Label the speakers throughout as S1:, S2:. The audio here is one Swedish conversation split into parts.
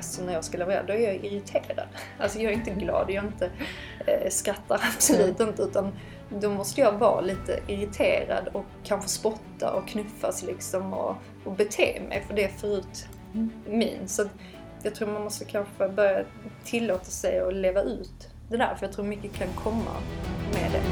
S1: stress och när jag ska leverera, då är jag irriterad. Alltså jag är inte glad, jag är inte skrattar absolut inte, utan då måste jag vara lite irriterad och kanske spotta och knuffas liksom och bete mig för det förut min. Så jag tror man måste kanske börja tillåta sig att leva ut det där, för jag tror mycket kan komma med det.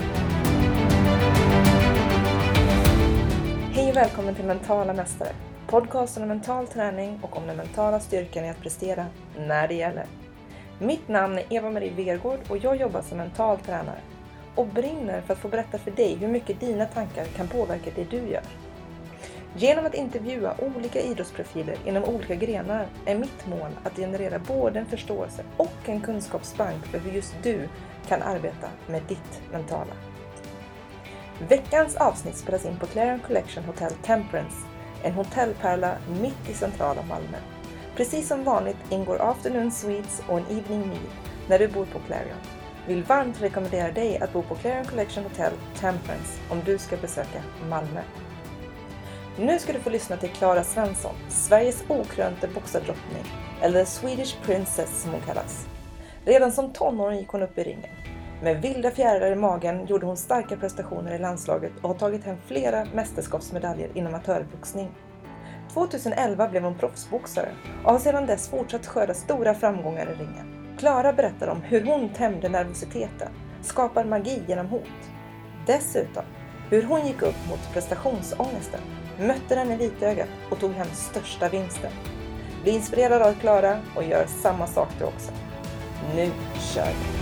S2: Hej och välkommen till Mentala Mästare. Podcasten om mental träning och om den mentala styrkan i att prestera när det gäller. Mitt namn är Eva-Marie Vergård och jag jobbar som mental tränare. Och brinner för att få berätta för dig hur mycket dina tankar kan påverka det du gör. Genom att intervjua olika idrottsprofiler inom olika grenar är mitt mål att generera både en förståelse och en kunskapsbank för hur just du kan arbeta med ditt mentala. Veckans avsnitt spelas in på Clarion Collection Hotel Temperance, en hotellpärla mitt i centrala Malmö. Precis som vanligt ingår afternoon suites och en evening meal när du bor på Clarion. Vill varmt rekommendera dig att bo på Clarion Collection Hotel Temperance om du ska besöka Malmö. Nu ska du få lyssna till Klara Svensson, Sveriges okrönte boxardrottning, eller Swedish Princess som hon kallas. Redan som tonåring gick hon upp i ringen. Med vilda fjärilar i magen gjorde hon starka prestationer i landslaget och har tagit hem flera mästerskapsmedaljer inom amatörboxning. 2011 blev hon proffsboxare och har sedan dess fortsatt skörda stora framgångar i ringen. Klara berättar om hur hon tämjde nervositeten, skapar magi genom hot. Dessutom hur hon gick upp mot prestationsångesten, mötte den i vitögat och tog hem största vinsten. Bli inspirerad av Klara och gör samma sak du också. Nu kör vi!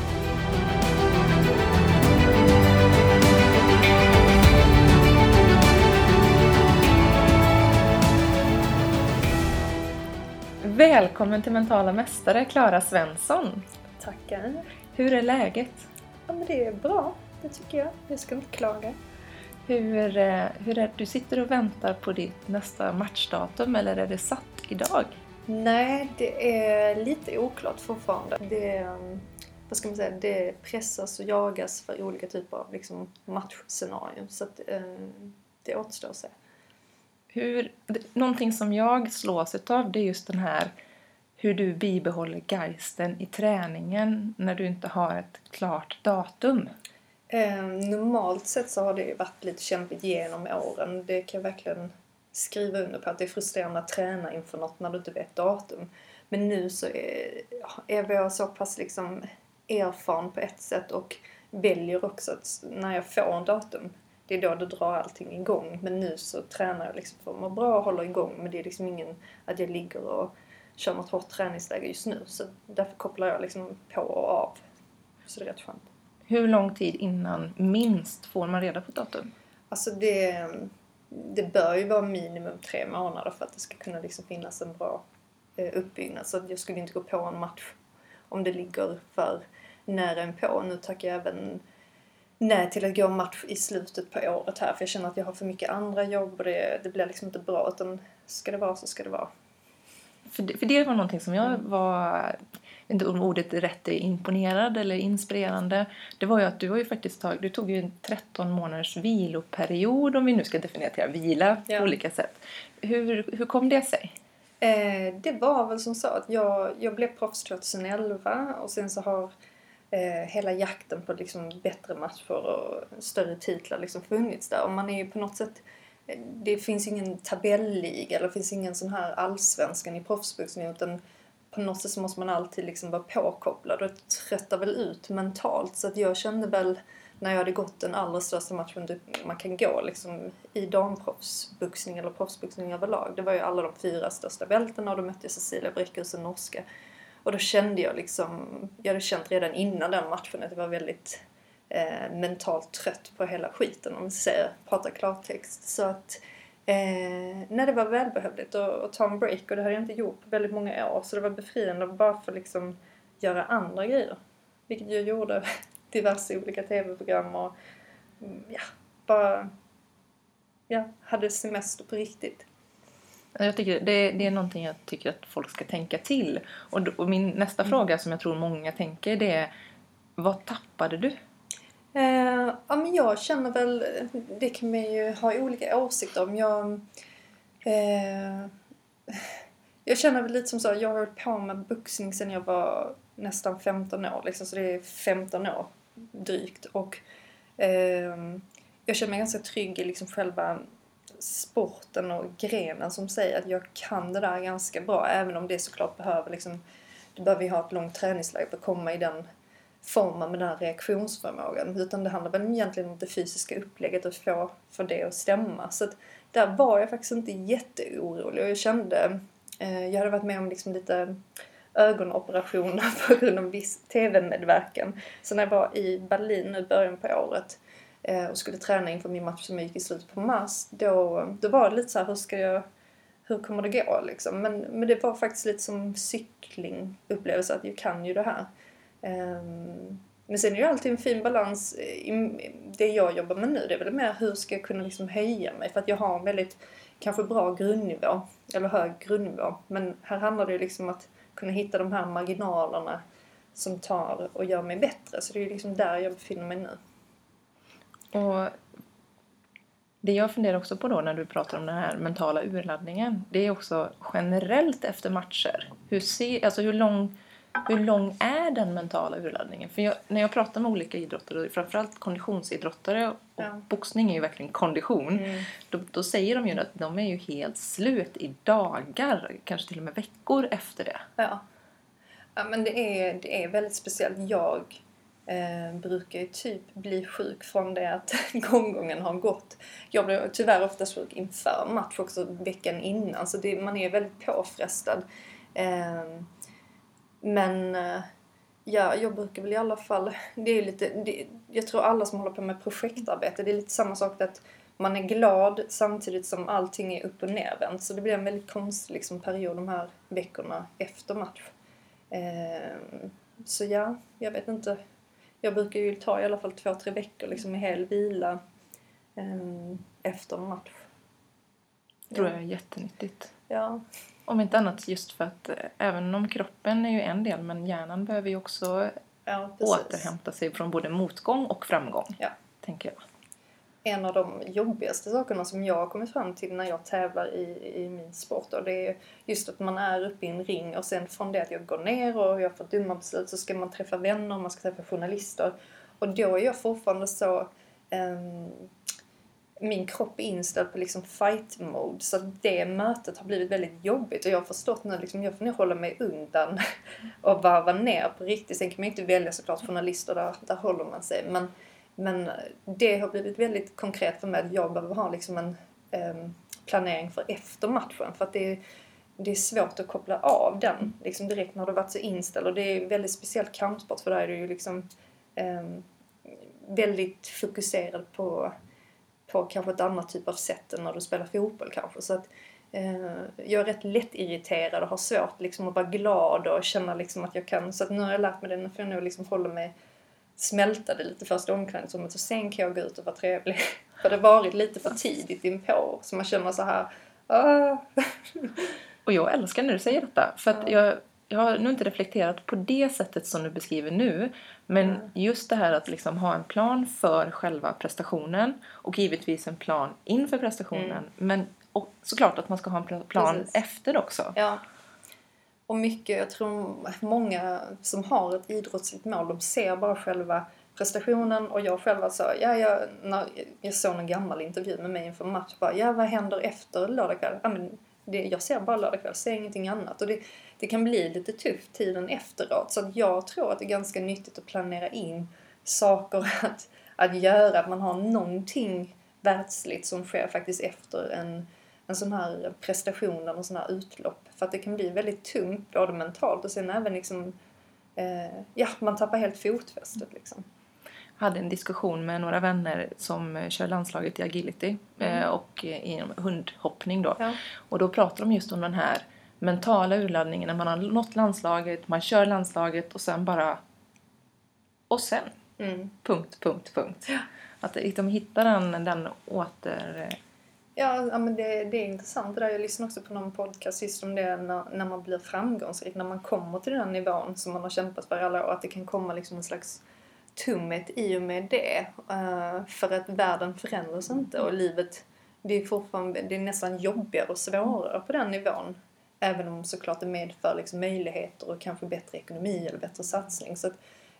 S2: Välkommen till Mentala Mästare, Klara Svensson.
S1: Tackar.
S2: Hur är läget?
S1: Ja, men det är bra, det tycker jag. Jag ska inte klaga.
S2: Hur är du sitter och väntar på ditt nästa matchdatum, eller är det satt idag?
S1: Nej, det är lite oklart fortfarande. Vad ska man säga, det pressas och jagas för olika typer av liksom matchscenarion. Så att, det återstår att se.
S2: Någonting som jag slås av, det är just den här hur du bibehåller geisten i träningen när du inte har ett klart datum.
S1: Normalt sett så har det varit lite kämpigt genom åren. Det kan jag verkligen skriva under på, att det är frustrerande att träna inför något när du inte vet datum. Men nu så är jag så pass liksom erfaren på ett sätt och väljer också att när jag får en datum, det är då det drar allting igång. Men nu så tränar jag liksom för att må bra och hålla igång. Men det är liksom ingen att jag ligger och kör något hårt träningsläge just nu. Så därför kopplar jag liksom på och av. Så det är rätt skönt.
S2: Hur lång tid innan minst får man reda på datum?
S1: Alltså det bör ju vara minimum 3 månader för att det ska kunna liksom finnas en bra uppbyggnad. Så jag skulle inte gå på en match om det ligger för nära en på. Nu tackar jag även nej till att gå match i slutet på året här. För jag känner att jag har för mycket andra jobb och det blir liksom inte bra. Utan ska det vara så ska det vara.
S2: För det var någonting som jag var, inte om ordet är rätt, imponerad eller inspirerande. Det var ju att du har ju faktiskt du tog ju en 13 månaders viloperiod, om vi nu ska definiera vila på olika sätt. Hur kom det sig?
S1: Det var väl som så att jag blev proffs 2011 och sen så har hela jakten på liksom bättre matcher och större titlar liksom funnits där. Och man är ju på något sätt, det finns ingen tabelliga eller det finns ingen sån här allsvenskan i proffsboxning, utan på något sätt så måste man alltid liksom vara påkopplad och trötta väl ut mentalt. Så att jag kände väl när jag hade gått den allra största matchen man kan gå liksom i damproffsboxning eller proffsboxning överlag. Det var ju alla de 4 största bältena och då mötte jag Cecilia Bräckhus, en norska. Och då kände jag liksom, jag hade känt redan innan den matchen att jag var väldigt mentalt trött på hela skiten, om man pratar klartext. Så att när det var välbehövligt att ta en break, och det hade jag inte gjort på väldigt många år, så det var befriande bara för liksom göra andra grejer. Vilket jag gjorde, diverse olika tv-program och bara hade semester på riktigt.
S2: Jag tycker det är någonting jag tycker att folk ska tänka till. Och min nästa fråga som jag tror många tänker, det är: vad tappade du?
S1: Ja, men jag känner väl, det kan man ju ha olika åsikter om. Jag känner väl lite som så, jag har hållit på med boxning sedan jag var nästan 15 år. Liksom, så det är 15 år drygt. Och jag känner mig ganska trygg i liksom själva sporten och grenen som säger att jag kan det där ganska bra. Även om det såklart behöver liksom, du behöver ju ha ett långt träningsläge för att komma i den formen med den här reaktionsförmågan. Utan det handlar väl egentligen om det fysiska upplägget och få det att stämma. Så att där var jag faktiskt inte jätteorolig. Och jag kände, jag hade varit med om liksom lite ögonoperationer på grund av viss tv-medverkan. Så när jag var i Berlin nu början på året och skulle träna inför min match som gick i slutet på mars, då var det lite så här, hur kommer det gå liksom? Men det var faktiskt lite som cyklingupplevelse, att jag kan ju det här. Men sen är det ju alltid en fin balans i det jag jobbar med nu. Det är väl mer hur ska jag kunna liksom höja mig, för att jag har en väldigt kanske bra grundnivå eller hög grundnivå. Men här handlar det ju liksom att kunna hitta de här marginalerna som tar och gör mig bättre. Så det är ju liksom där jag befinner mig nu. Och
S2: det jag funderar också på då när du pratar om den här mentala urladdningen, det är också generellt efter matcher. Hur lång är den mentala urladdningen? För när jag pratar med olika idrottare, framförallt konditionsidrottare, och boxning är ju verkligen kondition, då säger de ju att de är ju helt slut i dagar, kanske till och med veckor efter det.
S1: Ja men det är väldigt speciellt. Jag brukar ju typ bli sjuk från det att gången har gått. Jag blir tyvärr oftast sjuk inför match också veckan innan. Så man är väldigt påfrestad. Men jag brukar väl i alla fall, det är lite, jag tror alla som håller på med projektarbete, det är lite samma sak att man är glad samtidigt som allting är upp- och nervänt. Så det blir en väldigt konstig liksom, period de här veckorna efter match. Så jag vet inte. Jag brukar ju ta i alla fall 2-3 veckor liksom, med hel vila efter match.
S2: Det tror jag är jättenyttigt.
S1: Ja.
S2: Om inte annat just för att även om kroppen är ju en del, men hjärnan behöver ju också återhämta sig från både motgång och framgång, tänker jag.
S1: En av de jobbigaste sakerna som jag har kommit fram till när jag tävlar i min sport, då, det är just att man är uppe i en ring och sen från det att jag går ner och jag får dumma beslut så ska man träffa vänner, man ska träffa journalister. Och då är jag fortfarande så... min kropp är inställd på liksom fight mode, så det mötet har blivit väldigt jobbigt och jag har förstått nu liksom, jag får nog hålla mig undan och varva ner på riktigt. Sen kan man inte välja såklart journalister, där håller man sig, men det har blivit väldigt konkret för mig att jag behöver ha liksom en planering för efter matchen, för att det är svårt att koppla av den liksom direkt när du varit så inställd. Och det är väldigt speciellt kampsport, för där är du ju liksom väldigt fokuserad på kanske ett annat typ av sätt än när du spelar fotboll kanske. Så att jag är rätt lätt irriterad och har svårt liksom att vara glad och känna liksom att jag kan. Så att nu har jag lärt mig det, nu får jag nog liksom hålla mig, smälta det lite första omklädningsrummet och sen kan jag gå ut och vara trevlig. För det har varit lite för tidigt inpå, så man känner så här.
S2: Och jag älskar när du säger detta, för att jag har nog inte reflekterat på det sättet som du beskriver nu. Men just det här att liksom ha en plan för själva prestationen. Och givetvis en plan inför prestationen. Men och såklart att man ska ha en plan efter också.
S1: Ja. Och mycket, jag tror många som har ett idrottsligt mål, de ser bara själva prestationen. Och jag själv sa, när jag såg en gammal intervju med mig inför match. Bara, vad händer efter lördag kväll? Jag ser bara lördag kväll, ser ingenting annat. Och det kan bli lite tufft tiden efteråt. Så att jag tror att det är ganska nyttigt att planera in saker att göra. Att man har någonting världsligt som sker faktiskt efter en sån här prestation eller en sån här utlopp. För att det kan bli väldigt tungt både mentalt och sen även liksom, man tappar helt fotfästet liksom.
S2: Jag hade en diskussion med några vänner som kör landslaget i agility och i hundhoppning då. Ja. Och då pratar de just om den här mentala urladdningen när man har nått landslaget, man kör landslaget och sen bara punkt. Ja. Att de hittar den åter...
S1: Ja, men det är intressant det där. Jag lyssnade också på någon podcast sist om det när man blir framgångsrik, när man kommer till den nivån som man har kämpat för alla år, att det kan komma liksom en slags tummet i och med det, för att världen förändras inte och livet, det är nästan jobbigare och svårare på den nivån Även om såklart det medför liksom möjligheter och kanske bättre ekonomi eller bättre satsning. Så att,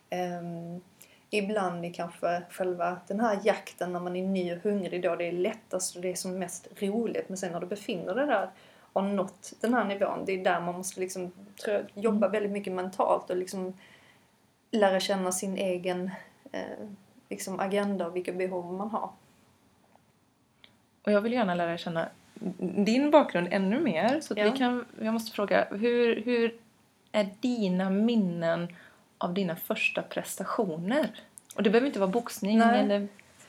S1: ibland är kanske själva den här jakten när man är ny och hungrig då det är lättast och det är som mest roligt. Men sen när du befinner dig där och nått den här nivån, det är där man måste liksom, tror jag, jobba väldigt mycket mentalt och liksom lära känna sin egen liksom agenda och vilka behov man har.
S2: Och jag vill gärna lära känna din bakgrund ännu mer. Så att jag måste fråga, hur är dina minnen av dina första prestationer? Och det behöver inte vara boxning. Eller...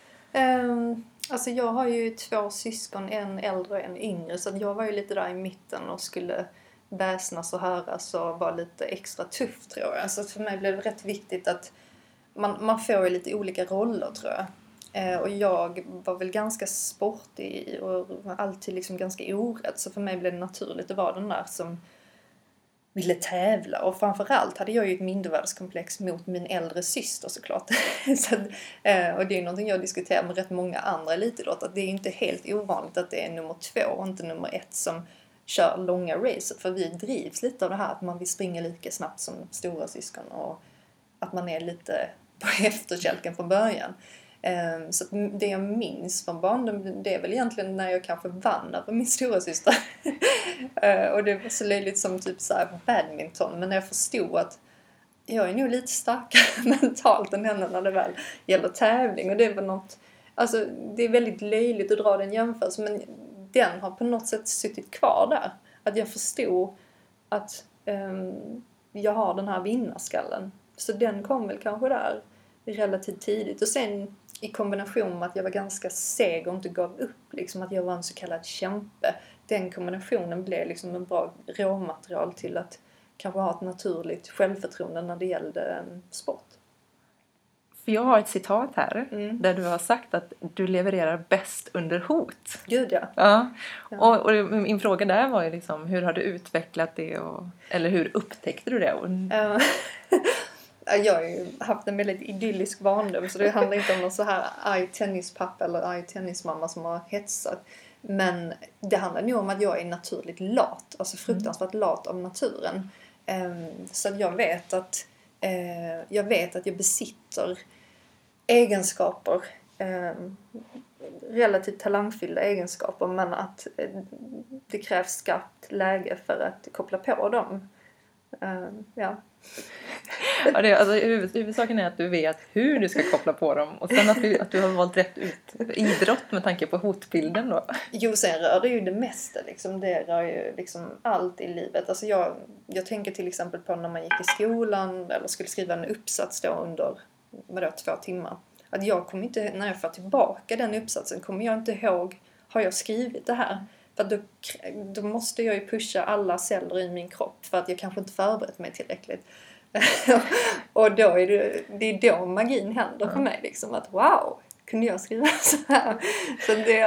S1: Alltså jag har ju 2 syskon, en äldre och en yngre. Så jag var ju lite där i mitten och skulle väsnas och höras och vara lite extra tuff, tror jag. Så för mig blev det rätt viktigt att man får ju lite olika roller, tror jag. Och jag var väl ganska sportig och alltid liksom ganska orädd. Så för mig blev det naturligt att vara den där som ville tävla. Och framförallt hade jag ju ett mindervärdeskomplex mot min äldre syster, såklart. Så, och det är någonting jag diskuterar med rätt många andra elitidrottare. Att det är inte helt ovanligt att det är nummer 2 och inte nummer 1 som kör långa race. För vi drivs lite av det här att man vill springa lika snabbt som stora syskon. Och att man är lite på efterkälken från början. Så det jag minns från barndomen, det är väl egentligen när jag kanske vann över min stora syster. Och det var så löjligt som typ så här badminton. Men när jag förstod att jag är nog lite starkare mentalt än henne när det väl gäller tävling. Och det var något, alltså det är väldigt löjligt att dra den jämförelsen. Men den har på något sätt suttit kvar där. Att jag förstod att jag har den här vinnarskallen. Så den kom väl kanske där relativt tidigt. Och sen i kombination med att jag var ganska seg och inte gav upp. Liksom att jag var en så kallad kämpe. Den kombinationen blev liksom en bra råmaterial till att kanske ha ett naturligt självförtroende när det gällde sport.
S2: För jag har ett citat här där du har sagt att du levererar bäst under hot.
S1: Gud ja.
S2: Ja. Och min fråga där var ju liksom, hur har du utvecklat det? Eller hur upptäckte du det?
S1: Jag har ju haft en väldigt idyllisk barndom, så det handlar inte om någon så här arg tennispappa eller arg tennismamma som har hetsat. Men det handlar nog om att jag är naturligt lat, alltså fruktansvärt lat av naturen. Så att jag vet att jag besitter egenskaper, relativt talangfyllda egenskaper, men att det krävs skarpt läge för att koppla på dem. Ja.
S2: Ja, alltså, huvudsaken är att du vet hur du ska koppla på dem. Och sen att du har valt rätt idrott med tanke på hotbilden då.
S1: Jo, sen rör det ju det mesta. Liksom. Det rör ju liksom allt i livet. Alltså jag tänker till exempel på när man gick i skolan eller skulle skriva en uppsats då under 2 timmar. Att jag kommer inte, när jag får tillbaka den uppsatsen, kommer jag inte ihåg, har jag skrivit det här? För då måste jag ju pusha alla celler i min kropp för att jag kanske inte förberett mig tillräckligt. Och då är det är då magin händer för mig. Liksom, att wow, kunde jag skriva så här? Så det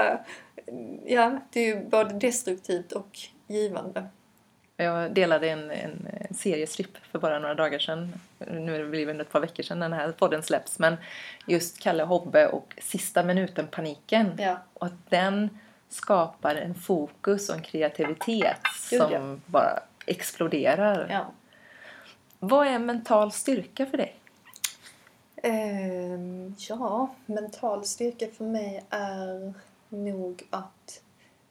S1: är ju både destruktivt och givande.
S2: Jag delade en seriestripp för bara några dagar sedan. Nu är det blivit ett par veckor sedan den här podden släpps. Men just Kalle Hobbe och sista minuten-paniken.
S1: Ja.
S2: Och att den skapar en fokus och en kreativitet som bara exploderar.
S1: Ja.
S2: Vad är mental styrka för dig?
S1: Mental styrka för mig är nog att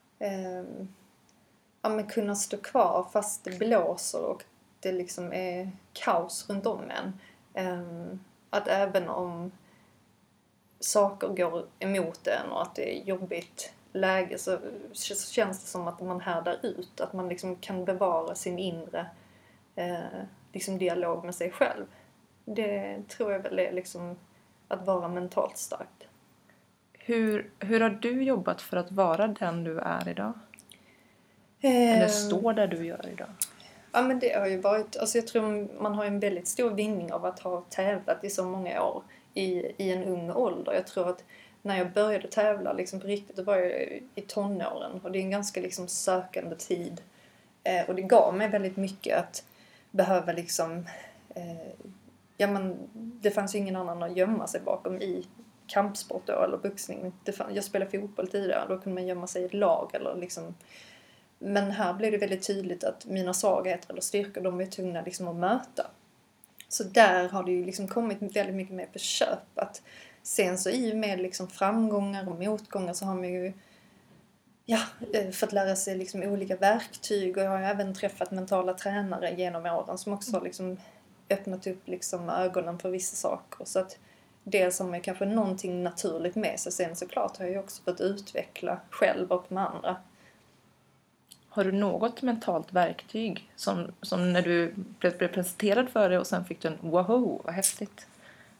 S1: kunna stå kvar fast det blåser och det liksom är kaos runt om en. Att även om saker går emot en och att det är jobbigt läge, så känns det som att man härdar ut. Att man liksom kan bevara sin inre liksom dialog med sig själv. Det tror jag väl är liksom att vara mentalt stark.
S2: Hur har du jobbat för att vara den du är idag? Eller står där du gör idag?
S1: Ja, men det har ju varit, alltså jag tror man har en väldigt stor vinning av att ha tävlat i så många år i en ung ålder. Jag tror att när jag började tävla liksom på riktigt, då var jag i tonåren. Och det är en ganska liksom sökande tid. Och det gav mig väldigt mycket att behöva liksom... det fanns ju ingen annan att gömma sig bakom i kampsport då, eller boxning. Jag spelade fotboll tidigare, då kunde man gömma sig i ett lag eller liksom Men här blev det väldigt tydligt att mina svagheter eller styrkor, de var tvungna liksom att möta. Så där har det ju liksom kommit väldigt mycket mer på köp. Att sen så i och med liksom framgångar och motgångar så har man ju fått lära sig liksom olika verktyg. Och jag har ju även träffat mentala tränare genom åren som också har liksom öppnat upp liksom ögonen för vissa saker. Så att dels har man ju kanske någonting naturligt med sig. Sen såklart har jag ju också fått utveckla själv och med andra.
S2: Har du något mentalt verktyg som när du blev presenterad för det och sen fick du en wow, vad häftigt?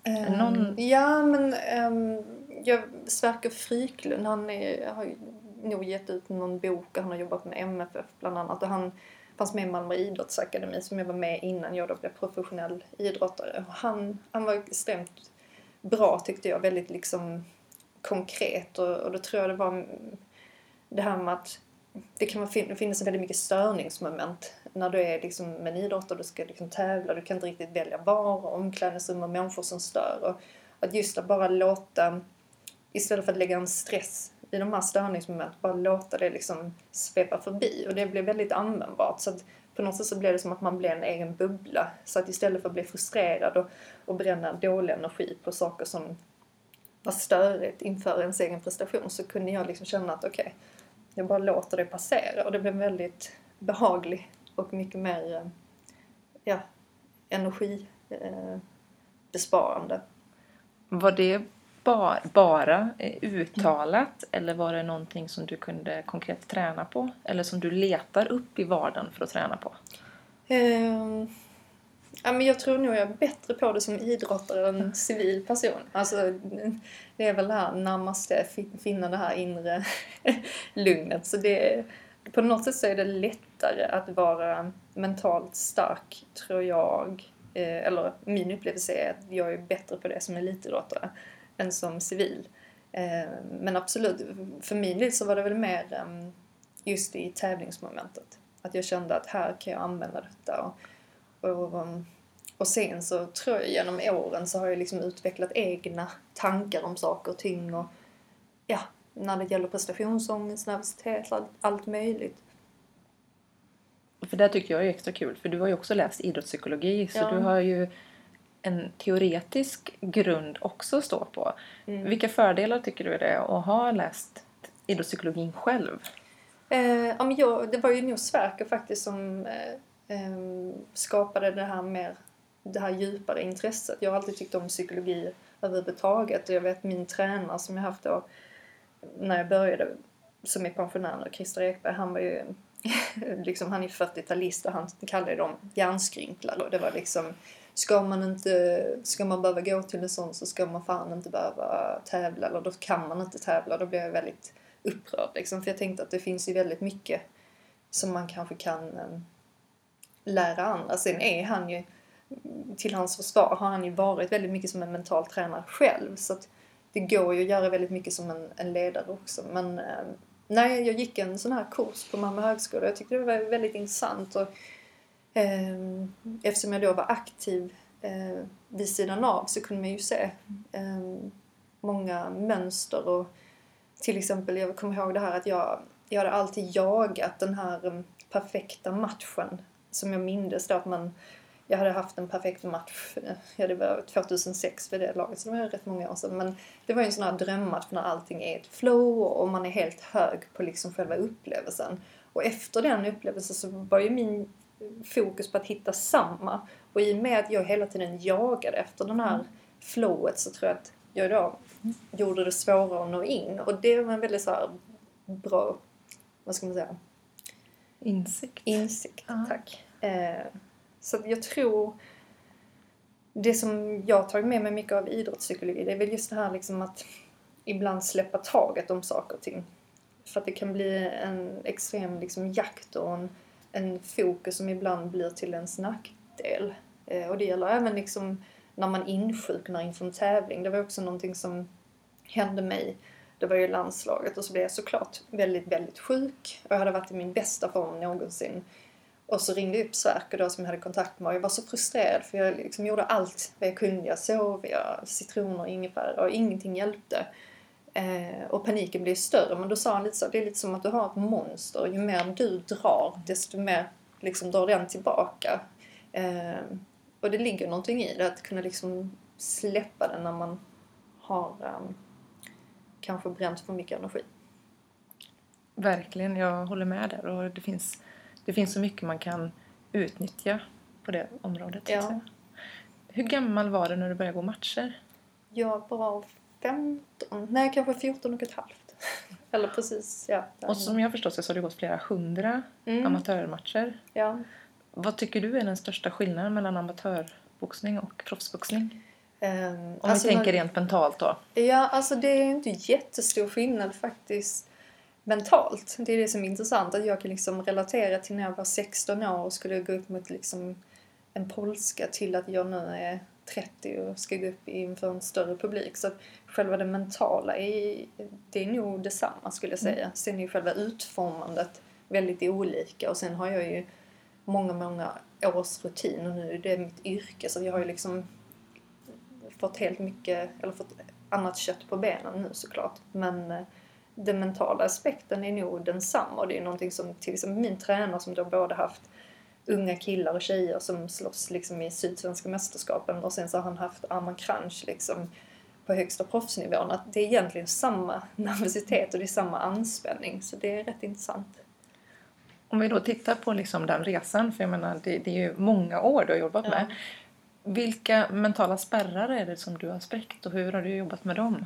S1: Sverker Fryklund, han har ju nog gett ut någon bok och han har jobbat med MFF bland annat. Och han fanns med i Malmö idrottsakademi som jag var med innan jag då blev professionell idrottare. Och han var extremt bra tyckte jag, väldigt liksom konkret. Och då tror jag det var det här med att det kan finnas väldigt mycket störningsmoment när du är liksom en idrottare, du ska liksom tävla, du kan inte riktigt välja var, omklädningsrum och människor som stör. Och att just att bara låta, istället för att lägga en stress i de här störningsmomenten, bara låta det liksom svepa förbi. Och det blev väldigt användbart. Så att på något sätt så blev det som att man blev en egen bubbla. Så att istället för att bli frustrerad och bränna dålig energi på saker som var störigt inför ens egen prestation, så kunde jag liksom känna att okej, jag bara låter det passera. Och det blev väldigt behagligt och mycket mer energibesparande.
S2: Var det bara uttalat eller var det någonting som du kunde konkret träna på? Eller som du letar upp i vardagen för att träna på?
S1: Men jag tror nog jag är bättre på det som idrottare än civil person. Alltså, det är väl här närmaste finna det här inre lugnet. Så på något sätt så är det lättare att vara mentalt stark, tror jag. Eller min upplevelse är att jag är bättre på det som elitidrottare än som civil. Men absolut, för min del så var det väl mer just i tävlingsmomentet. Att jag kände att här kan jag använda detta. Och sen så tror jag genom åren så har jag liksom utvecklat egna tankar om saker och ting. Och när det gäller prestationsångest, nervositet, allt möjligt.
S2: För det tycker jag är extra kul. För du har ju också läst idrottspsykologi. Så du har ju en teoretisk grund också att stå på. Vilka fördelar tycker du är det att ha läst idrottspsykologin själv?
S1: Det var ju nog Sverker faktiskt som skapade det här djupare intresset. Jag har alltid tyckt om psykologi överhuvudtaget. Och jag vet min tränare som jag haft då när jag började som är pensionär, Christer Ekberg, han var ju liksom, han är 40-talist och han kallade dem hjärnskrynklare. Och det var liksom, ska man behöva gå till en sån så ska man fan inte behöva tävla, eller då kan man inte tävla. Då blev jag väldigt upprörd liksom, för jag tänkte att det finns ju väldigt mycket som man kanske kan lära andra. Sen är han ju, till hans försvar har han ju varit väldigt mycket som en mental tränare själv, så att det går ju att göra väldigt mycket som en ledare också. Men jag gick en sån här kurs på Malmö högskola. Jag tyckte det var väldigt intressant. Och, eftersom jag då var aktiv vid sidan av så kunde man ju se många mönster. Och till exempel, jag kommer ihåg det här att jag hade alltid jagat den här perfekta matchen. Som jag mindes då att jag hade haft en perfekt match. Det var 2006 vid det laget, så det var rätt många år sedan. Men det var ju en sån här drömmatch när allting är ett flow och man är helt hög på liksom själva upplevelsen. Och efter den upplevelsen så var ju min fokus på att hitta samma. Och i och med att jag hela tiden jagade efter den här flowet så tror jag att jag då gjorde det svårare att nå in. Och det var en väldigt så här bra, vad ska man säga? Insikt, tack. Så jag tror det som jag tagit med mig mycket av idrottspsykologi, det är väl just det här liksom att ibland släppa taget om saker och ting. För att det kan bli en extrem liksom jakt och en fokus som ibland blir till ens nackdel. Och det gäller även liksom när man insjuknar inför en tävling. Det var också någonting som hände mig. Det var ju landslaget och så blev jag såklart väldigt, väldigt sjuk. Och jag hade varit i min bästa form någonsin. Och så ringde jag upp Sverker då som jag hade kontakt med och jag var så frustrerad för jag liksom gjorde allt vad jag kunde. Jag sov, jag citroner och ingefära och ingenting hjälpte. Och paniken blir större. Men då sa han lite så, det är lite som att du har ett monster. Och ju mer du drar, desto mer liksom drar den tillbaka. Och det ligger någonting i det. Att kunna liksom släppa den när man har kanske bränt för mycket energi.
S2: Verkligen, jag håller med där. Och det finns så mycket man kan utnyttja på det området. Så att säga. Hur gammal var du när du började gå matcher?
S1: Jag var 15, nej kanske 14 och ett halvt. Eller precis, ja.
S2: Och som jag förstår så har det gått flera 100 amatörmatcher.
S1: Ja.
S2: Vad tycker du är den största skillnaden mellan amatörboxning och proffsboxning? Om vi tänker rent mentalt då.
S1: Ja, alltså det är inte jättestor skillnad faktiskt mentalt. Det är det som är intressant. Att jag kan liksom relatera till när jag var 16 år och skulle gå upp mot liksom en polska till att jag nu är 30 och ska gå upp inför en större publik. Så att själva det mentala det är nog detsamma skulle jag säga. Sen är ju själva utformandet väldigt olika. Och sen har jag ju många års rutin och nu är det mitt yrke. Så jag har ju liksom fått helt mycket, eller fått annat kött på benen nu såklart. Men den mentala aspekten är nog densamma. Och det är någonting som till exempel min tränare som då både haft unga killar och tjejer som slåss liksom i sydsvenska mästerskapen. Och sen så har han haft Arman Kranch liksom på högsta proffsnivån. Att det är egentligen samma nervositet och det är samma anspänning. Så det är rätt intressant.
S2: Om vi då tittar på liksom den resan, för jag menar det är ju många år du har jobbat med. Vilka mentala spärrar är det som du har spräckt och hur har du jobbat med dem?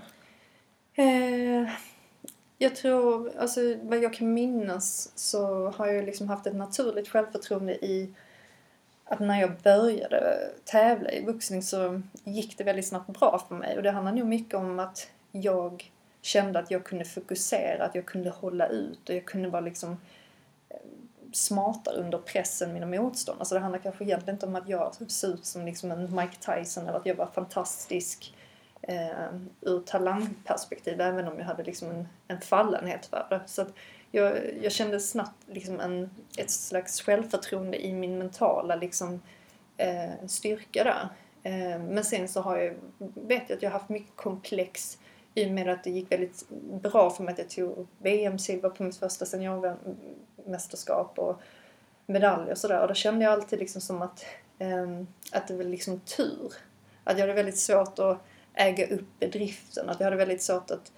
S1: Jag tror, alltså vad jag kan minnas så har jag liksom haft ett naturligt självförtroende i att när jag började tävla i boxning så gick det väldigt snabbt bra för mig. Och det handlar nog mycket om att jag kände att jag kunde fokusera, att jag kunde hålla ut och jag kunde vara liksom smartare under pressen mina motståndare. Alltså det handlar kanske egentligen inte om att jag såg ut som liksom en Mike Tyson eller att jag var fantastisk ur talangperspektiv, även om jag hade liksom en fallenhet för det. Så att jag kände snabbt liksom ett slags självförtroende i min mentala liksom, styrka där. Men sen så vet jag att jag har haft mycket komplex i och med att det gick väldigt bra för mig att jag tog VM-silver på mitt första seniormästerskap och medaljer och sådär. Och då kände jag alltid liksom som att det var liksom tur. Att jag hade väldigt svårt att äga upp bedriften. Att jag hade väldigt svårt att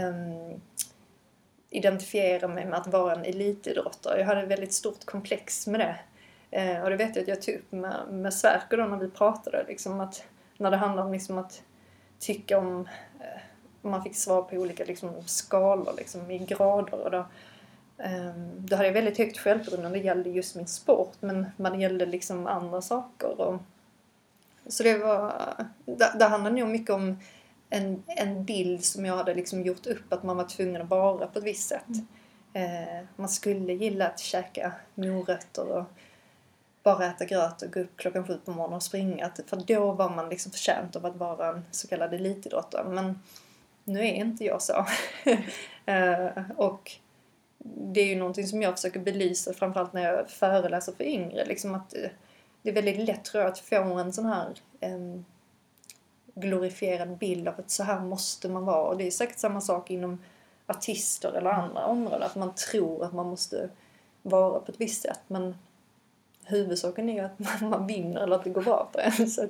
S1: identifiera mig med att vara en elitidrottare. Jag hade väldigt stort komplex med det. Och det vet jag att jag tog upp med Sverker då när vi pratade. Liksom att när det handlar om liksom att tycka om man fick svar på olika liksom skalor liksom, i grader. Och då hade jag väldigt högt självförtroende när det gällde just min sport. Men när det gällde liksom andra saker. Så det handlar nog mycket om en bild som jag hade liksom gjort upp att man var tvungen att vara på ett visst sätt. Man skulle gilla att käka morötter och bara äta gröt och gå upp 7:00 på morgonen och springa. För då var man liksom förtjänt av att vara en så kallad elitidrottare. Men nu är inte jag så. Och det är ju någonting som jag försöker belysa framförallt när jag föreläser för yngre. Liksom att det är väldigt lätt tror jag att få en sån här glorifierad bild av att så här måste man vara. Och det är säkert samma sak inom artister eller andra områden. Att man tror att man måste vara på ett visst sätt. Men huvudsaken är ju att man vinner eller att det går bra för en. Så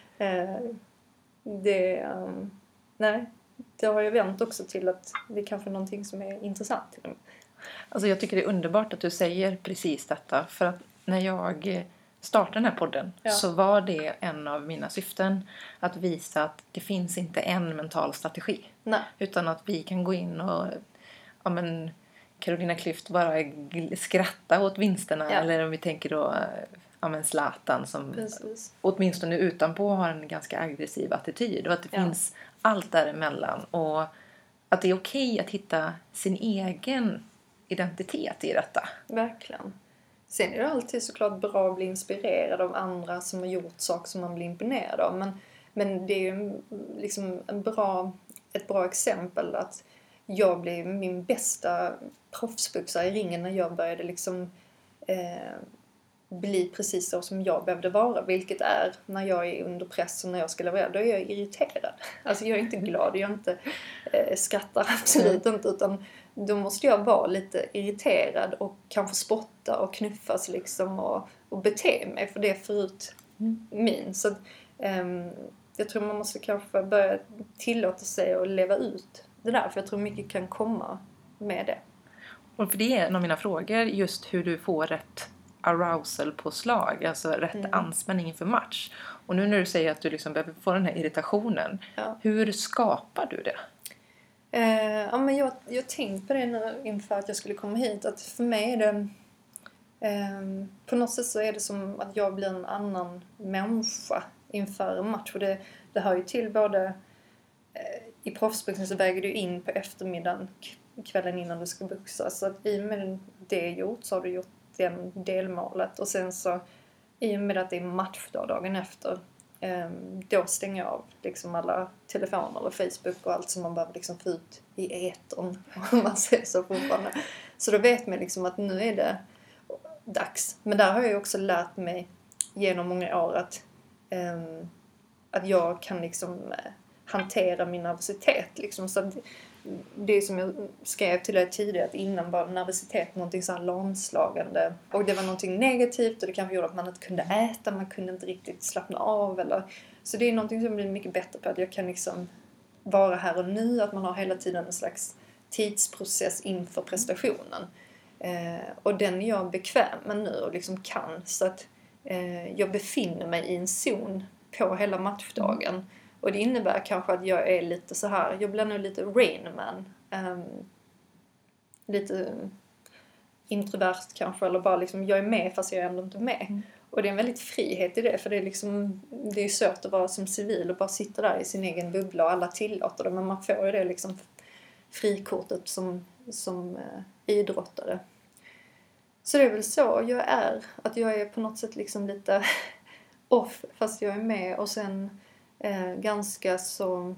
S1: det har jag vänt också till att det är kanske någonting som är intressant till dem.
S2: Alltså jag tycker det är underbart att du säger precis detta. För att när jag startade den här podden så var det en av mina syften att visa att det finns inte en mental strategi.
S1: Nej.
S2: Utan att vi kan gå in och Carolina Klüft bara skratta åt vinsterna. Ja. Eller om vi tänker då Zlatan som åtminstone utanpå har en ganska aggressiv attityd. Och att det finns allt däremellan. Och att det är okej att hitta sin egen identitet i detta.
S1: Verkligen. Sen är det alltid såklart bra att bli inspirerad av andra som har gjort saker som man blir imponerad av. Men det är ju liksom ett bra exempel att jag blev min bästa proffsboxare i ringen när jag började liksom bli precis så som jag behövde vara. Vilket är när jag är under press och när jag ska leverera. Då är jag irriterad. Alltså jag är inte glad. Jag inte skrattar absolut inte. Utan då måste jag vara lite irriterad och kanske spotta och knuffas liksom och bete mig. För det är förut min. Så jag tror man måste kanske börja tillåta sig att leva ut det där. För jag tror mycket kan komma med det.
S2: Och för det är en av mina frågor, just hur du får rätt arousal-påslag, alltså rätt anspänning inför match. Och nu när du säger att du liksom behöver få den här irritationen, hur skapar du det?
S1: Ja, men jag tänkte på det nu inför att jag skulle komma hit, att för mig är det på något sätt så är det som att jag blir en annan människa inför en match. Och det hör ju till både i proffsboxning så väger du in på eftermiddagen kvällen innan du ska boxa. Så att i och med det gjort så har du gjort den delmålet. Och sen så i och med att det är matchdag dagen efter, då stänger jag av liksom alla telefoner eller Facebook och allt som man behöver liksom få ut i etern, om man säger så fortfarande. Så då vet man liksom att nu är det dags. Men där har jag också lärt mig genom många år att jag kan liksom hantera min nervositet liksom. Så att det som jag skrev till dig tidigare, att innan var nervositet någonting så här lamslagande och det var någonting negativt och det kanske gjorde att man inte kunde äta, man kunde inte riktigt slappna av eller så det är någonting som blir mycket bättre på, att jag kan liksom vara här och nu, att man har hela tiden en slags tidsprocess inför prestationen och den är jag bekväm med nu och liksom kan, så att jag befinner mig i en zon på hela matchdagen. Och det innebär kanske att jag är lite så här, jag blir nog lite Rain Man. Lite introvert kanske, eller bara liksom, jag är med fast jag är ändå inte med. Och det är en väldigt frihet i det, för det är liksom, det är svårt att vara som civil och bara sitta där i sin egen bubbla och alla tillåter det. Men man får ju det liksom frikortet som idrottare. Så det är väl så jag är, att jag är på något sätt liksom lite off fast jag är med, och sen ganska så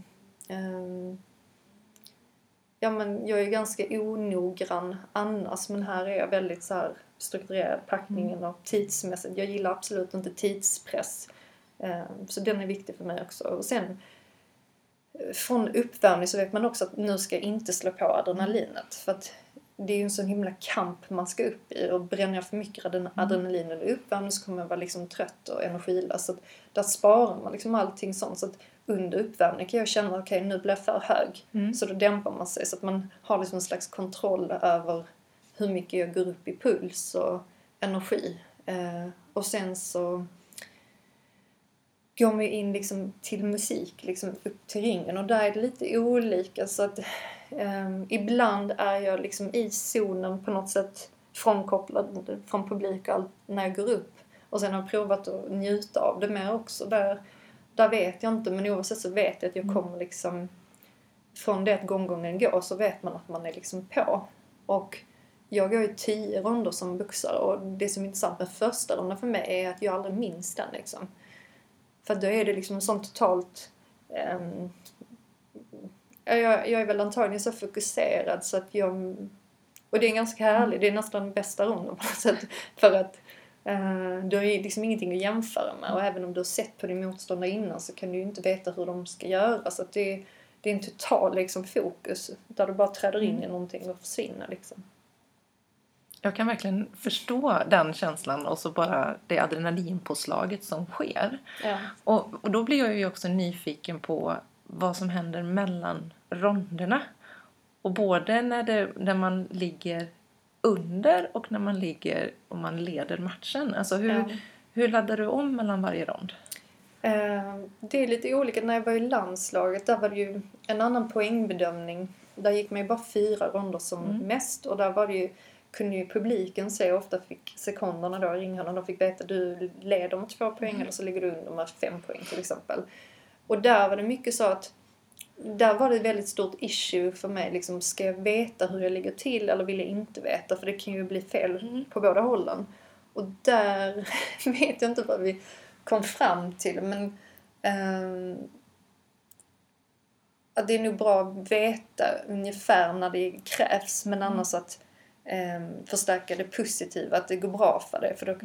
S1: ja men jag är ganska onoggrann annars, men här är jag väldigt så här strukturerad, packningen och tidsmässigt. Jag gillar absolut inte tidspress, så den är viktig för mig också. Och sen från uppvärmning så vet man också att nu ska jag inte slå på adrenalinet, för att det är ju en sån himla kamp man ska upp i, och bränner jag för mycket adrenalin eller uppvärmning så kommer jag vara liksom trött och energilös. Så att där sparar man liksom allting sånt, så att under uppvärmning kan jag känna att okej, nu blir jag för hög. Så då dämpar man sig så att man har liksom en slags kontroll över hur mycket jag går upp i puls och energi. Och sen så går man in liksom till musik liksom upp till ringen, och där är det lite olika, så att ibland är jag liksom i zonen på något sätt, frånkopplad från publik och allt när jag går upp, och sen har jag provat att njuta av det mer också. Där vet jag inte, men oavsett så vet jag att jag kommer liksom från det att gången går, så vet man att man är liksom på. Och jag går ju 10 ronder som boxare, och det som är intressant med första ronden för mig är att jag aldrig minns den liksom. För då är det liksom sånt totalt jag är väl antagligen så fokuserad så att och det är ganska härligt, det är nästan den bästa ronden på något sätt, för att du har ju liksom ingenting att jämföra med, och även om du har sett på din motståndare innan så kan du ju inte veta hur de ska göra, så att det är en total liksom fokus där du bara träder in i någonting och försvinner liksom.
S2: Jag kan verkligen förstå den känslan, och så bara det adrenalinpåslaget som sker.
S1: Ja.
S2: Och då blir jag ju också nyfiken på vad som händer mellan ronderna. Och både när man ligger under och när man ligger och man leder matchen. Alltså hur laddar du om mellan varje rond?
S1: Det är lite olika. När jag var i landslaget, där var det ju en annan poängbedömning. Där gick man ju bara 4 ronder som mest, och där var det ju, kunde ju publiken se, ofta fick sekunderna då i ringhörnan, de fick veta att du leder med 2 poäng eller så ligger du under med 5 poäng till exempel. Och där var det mycket så att där var det ett väldigt stort issue för mig liksom, ska jag veta hur jag ligger till eller vill jag inte veta, för det kan ju bli fel på båda hållen. Och där vet jag inte vad vi kom fram till, men att det är nog bra att veta ungefär när det krävs, men annars att förstärka det positiva, att det går bra för det. För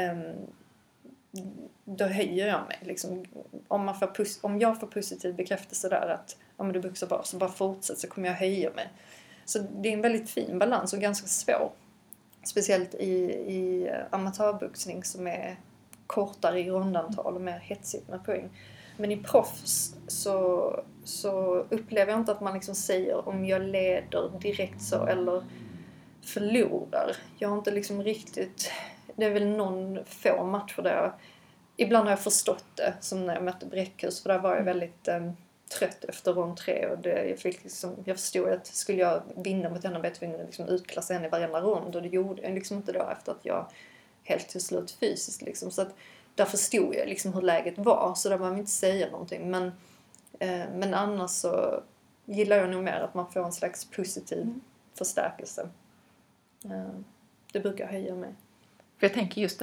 S1: då höjer jag mig. Liksom, om jag får positiv bekräftelse där att men du boxar bra, så bara fortsätt, så kommer jag höja mig. Så det är en väldigt fin balans och ganska svår. Speciellt i amatörboxning som är kortare i rundantal och mer hetsigt med poäng. Men i proffs så upplever jag inte att man liksom säger om jag leder direkt så eller förlorar. Jag har inte liksom riktigt... Det är väl någon få matcher där jag... Ibland har jag förstått det, som när jag mötte Bräckhus. För där var jag väldigt trött efter rond 3. Och jag förstod att skulle jag vinna mot henne, bättre vinna, liksom utklassa henne i varenda rond. Och det gjorde jag liksom inte då efter att jag helt till slut fysiskt. Liksom. Så att där förstod jag liksom hur läget var. Så där behöver man inte säga någonting. Men annars så gillar jag nog mer att man får en slags positiv förstärkelse. Det brukar höja mig.
S2: För jag tänker just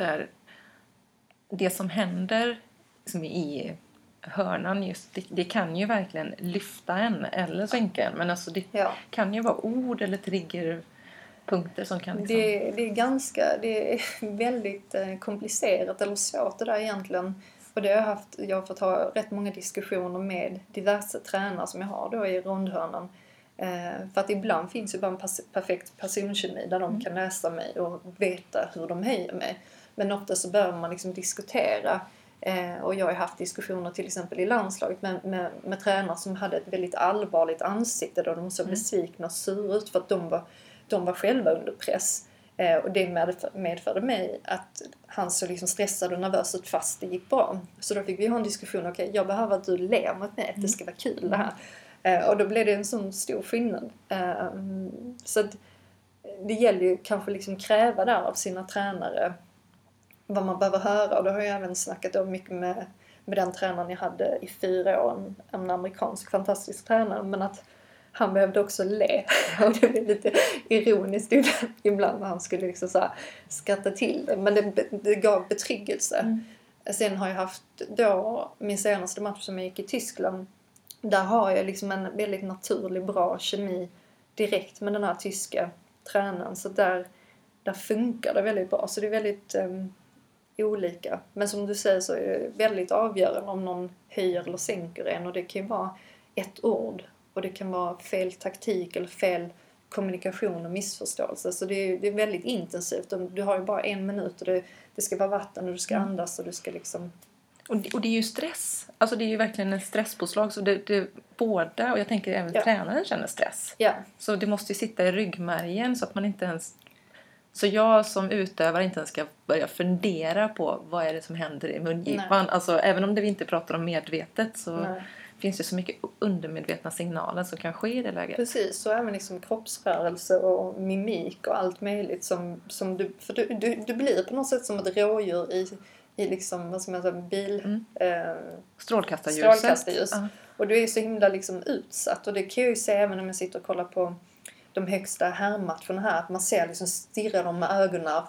S2: det som händer liksom i hörnan just, det kan ju verkligen lyfta en eller sänka en. Men alltså det kan ju vara ord eller triggerpunkter som kan liksom...
S1: Det är väldigt komplicerat eller svårt det där egentligen. Och det jag har fått ha rätt många diskussioner med diverse tränare som jag har då i rondhörnan. För att ibland finns ju bara en perfekt personkemi där de kan läsa mig och veta hur de höjer mig. Men ofta så behöver man liksom diskutera. Och jag har haft diskussioner till exempel i landslaget med tränare som hade ett väldigt allvarligt ansikte då de så besvikna och sur ut för att de var själva under press. Och det medförde mig att han så liksom stressad och nervös ut fast det gick bra. Så då fick vi ha en diskussion. Okej, jag behöver att du ler mot mig, att det ska vara kul det här. Och då blev det en sån stor skillnad. Så att det gäller ju kanske liksom kräva där av sina tränare vad man behöver höra. Och då har jag även snackat om mycket med den tränaren jag hade i 4 år. En amerikansk fantastisk tränare. Men att han behövde också le. Och det blev lite ironiskt ibland när han skulle liksom så här skratta till det. Men det gav betryggelse. Sen har jag haft då min senaste match som jag gick i Tyskland. Där har jag liksom en väldigt naturlig, bra kemi direkt med den här tyska tränaren. Så där funkar det väldigt bra. Så det är väldigt olika. Men som du säger så är det väldigt avgörande om någon höjer eller sänker en. Och det kan ju vara ett ord. Och det kan vara fel taktik eller fel kommunikation och missförståelse. Så det är väldigt intensivt. Du har ju bara 1 minut och det ska vara vatten och du ska andas och du ska liksom...
S2: Och det är ju stress. Alltså det är ju verkligen en stresspåslag. Så det båda, och jag tänker även tränaren känner stress.
S1: Ja. Så
S2: det måste ju sitta i ryggmärgen så att man inte ens... Så jag som utövare inte ens ska börja fundera på vad är det som händer i mungipan. Alltså även om vi inte pratar om medvetet så finns det så mycket undermedvetna signaler som kan ske i det läget.
S1: Precis, så även liksom kroppsrörelse och mimik och allt möjligt som du... För du blir på något sätt som ett rådjur i liksom, vad ska man säga, strålkastarljus. Och du är så himla liksom utsatt. Och det kan jag ju se även när jag sitter och kollar på de högsta herrmatcherna här. Att man ser liksom stirrar dem med ögonen. För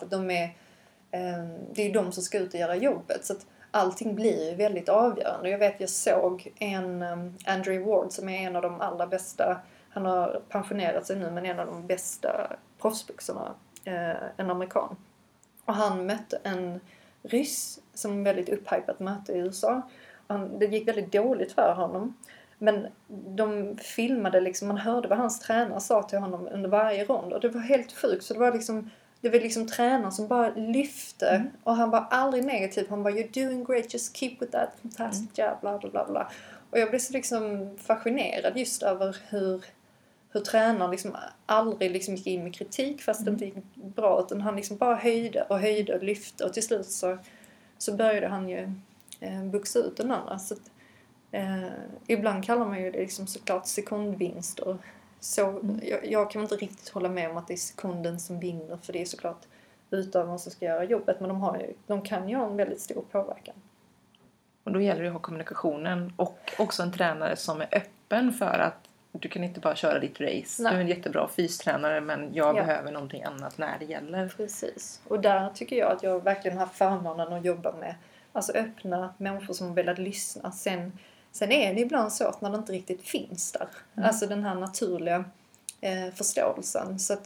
S1: det är de som ska ut och göra jobbet. Så att allting blir ju väldigt avgörande. Jag såg en Andrew Ward som är en av de allra bästa. Han har pensionerat sig nu, men en av de bästa proffsboxarna. En amerikan. Och han mötte en ryss som väldigt upphypat möte i USA. Det gick väldigt dåligt för honom. Men de filmade liksom, man hörde vad hans tränare sa till honom under varje rond. Och det var helt sjukt. Så det var liksom tränaren som bara lyfte. Och han var aldrig negativ. Han bara, you're doing great, just keep with that fantastic job, bla bla bla bla. Och jag blev så liksom fascinerad just över hur tränaren liksom aldrig liksom gick in med kritik fast det inte gick bra. Utan han liksom bara höjde och lyfte. Och till slut så började han ju buxa ut den andra. Så att, ibland kallar man ju det liksom såklart sekundvinster. Så jag kan inte riktigt hålla med om att det är sekunden som vinner. För det är såklart utövaren som ska göra jobbet. Men de kan ju ha en väldigt stor påverkan.
S2: Och då gäller det att ha kommunikationen. Och också en tränare som är öppen för att du kan inte bara köra ditt race. Nej. Du är en jättebra fystränare men jag behöver någonting annat när det gäller.
S1: Precis. Och där tycker jag att jag verkligen har förmånen att jobba med alltså öppna människor som vill att lyssna. Sen är det ibland så att man inte riktigt finns där. Alltså den här naturliga förståelsen. Så att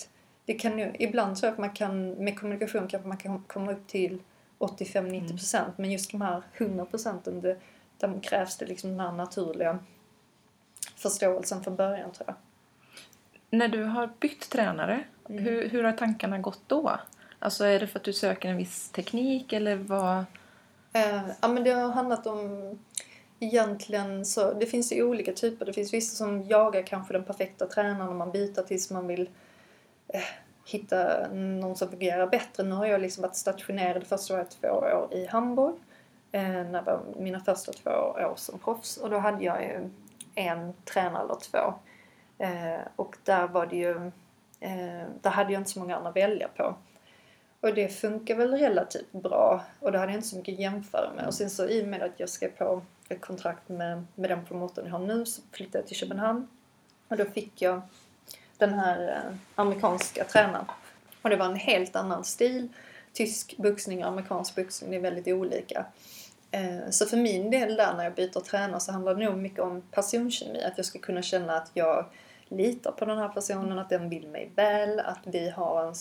S1: det kan ju, ibland tror jag att man kan, med kommunikation kanske man kan komma upp till 85-90%. Men just de här 100%, där krävs det liksom den här naturliga förståelsen från början, tror jag.
S2: När du har bytt tränare, hur har tankarna gått då? Alltså är det för att du söker en viss teknik eller vad?
S1: Ja, men det har handlat om egentligen så, det finns ju olika typer. Det finns vissa som jagar kanske den perfekta tränaren och man byter tills man vill hitta någon som fungerar bättre. Nu har jag liksom varit stationerad första 2 år i Hamburg. När det var mina första 2 år som proffs. Och då hade jag ju en tränare eller 2. Och där var det ju, där hade jag inte så många andra att välja på. Och det funkar väl relativt bra. Och då hade jag inte så mycket att jämföra med. Och sen så i och med att jag skrev på ett kontrakt med den promotorn jag har nu, så flyttade jag till Köpenhamn. Och då fick jag den här amerikanska tränaren. Och det var en helt annan stil. Tysk boxning och amerikansk boxning är väldigt olika. Så för min del där när jag byter tränare så handlar det nog mycket om personkemi. Att jag ska kunna känna att jag litar på den här personen, att den vill mig väl. Att vi har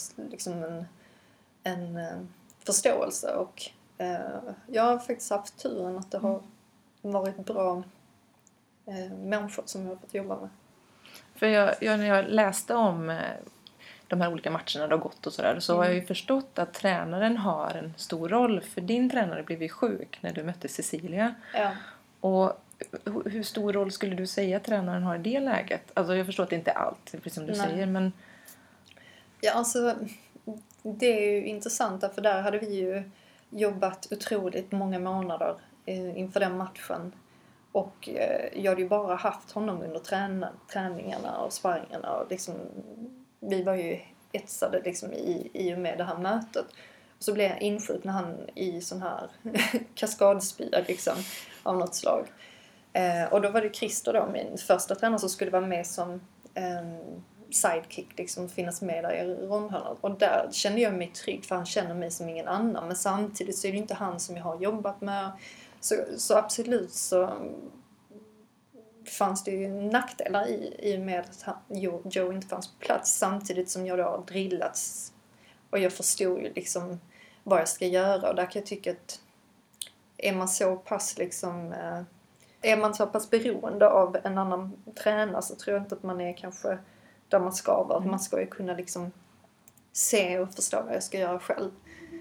S1: en förståelse. Och jag har faktiskt haft turen att det har varit bra människor som jag har fått jobba med.
S2: För när jag läste om de här olika matcherna det har gått och sådär, så har jag ju förstått att tränaren har en stor roll. För din tränare blev ju sjuk när du mötte Cecilia.
S1: Ja.
S2: Och hur stor roll skulle du säga att tränaren har i det läget? Alltså jag förstår att det inte är allt, precis som du säger, men...
S1: Ja, alltså det är ju intressant, för där hade vi ju jobbat otroligt många månader inför den matchen. Och jag hade ju bara haft honom under träningarna och sparringarna. Och liksom, vi var ju etsade liksom i och med det här mötet. Och så blev jag inskjuten han i sån här kaskadspya liksom, av något slag. Och då var det Christer då, min första tränare, som skulle vara med som sidekick, liksom finnas med där i rondhörnan. Och där kände jag mig trygg, för han känner mig som ingen annan. Men samtidigt så är det inte han som jag har jobbat med. Så absolut så fanns det ju nackdelar i och med att Joe inte fanns på plats. Samtidigt som jag då har drillats. Och jag förstod ju liksom vad jag ska göra. Och där kan jag tycka att är man så pass liksom... Är man så pass beroende av en annan tränare, så tror jag inte att man är kanske där man ska vara. Man ska ju kunna liksom se och förstå vad jag ska göra själv.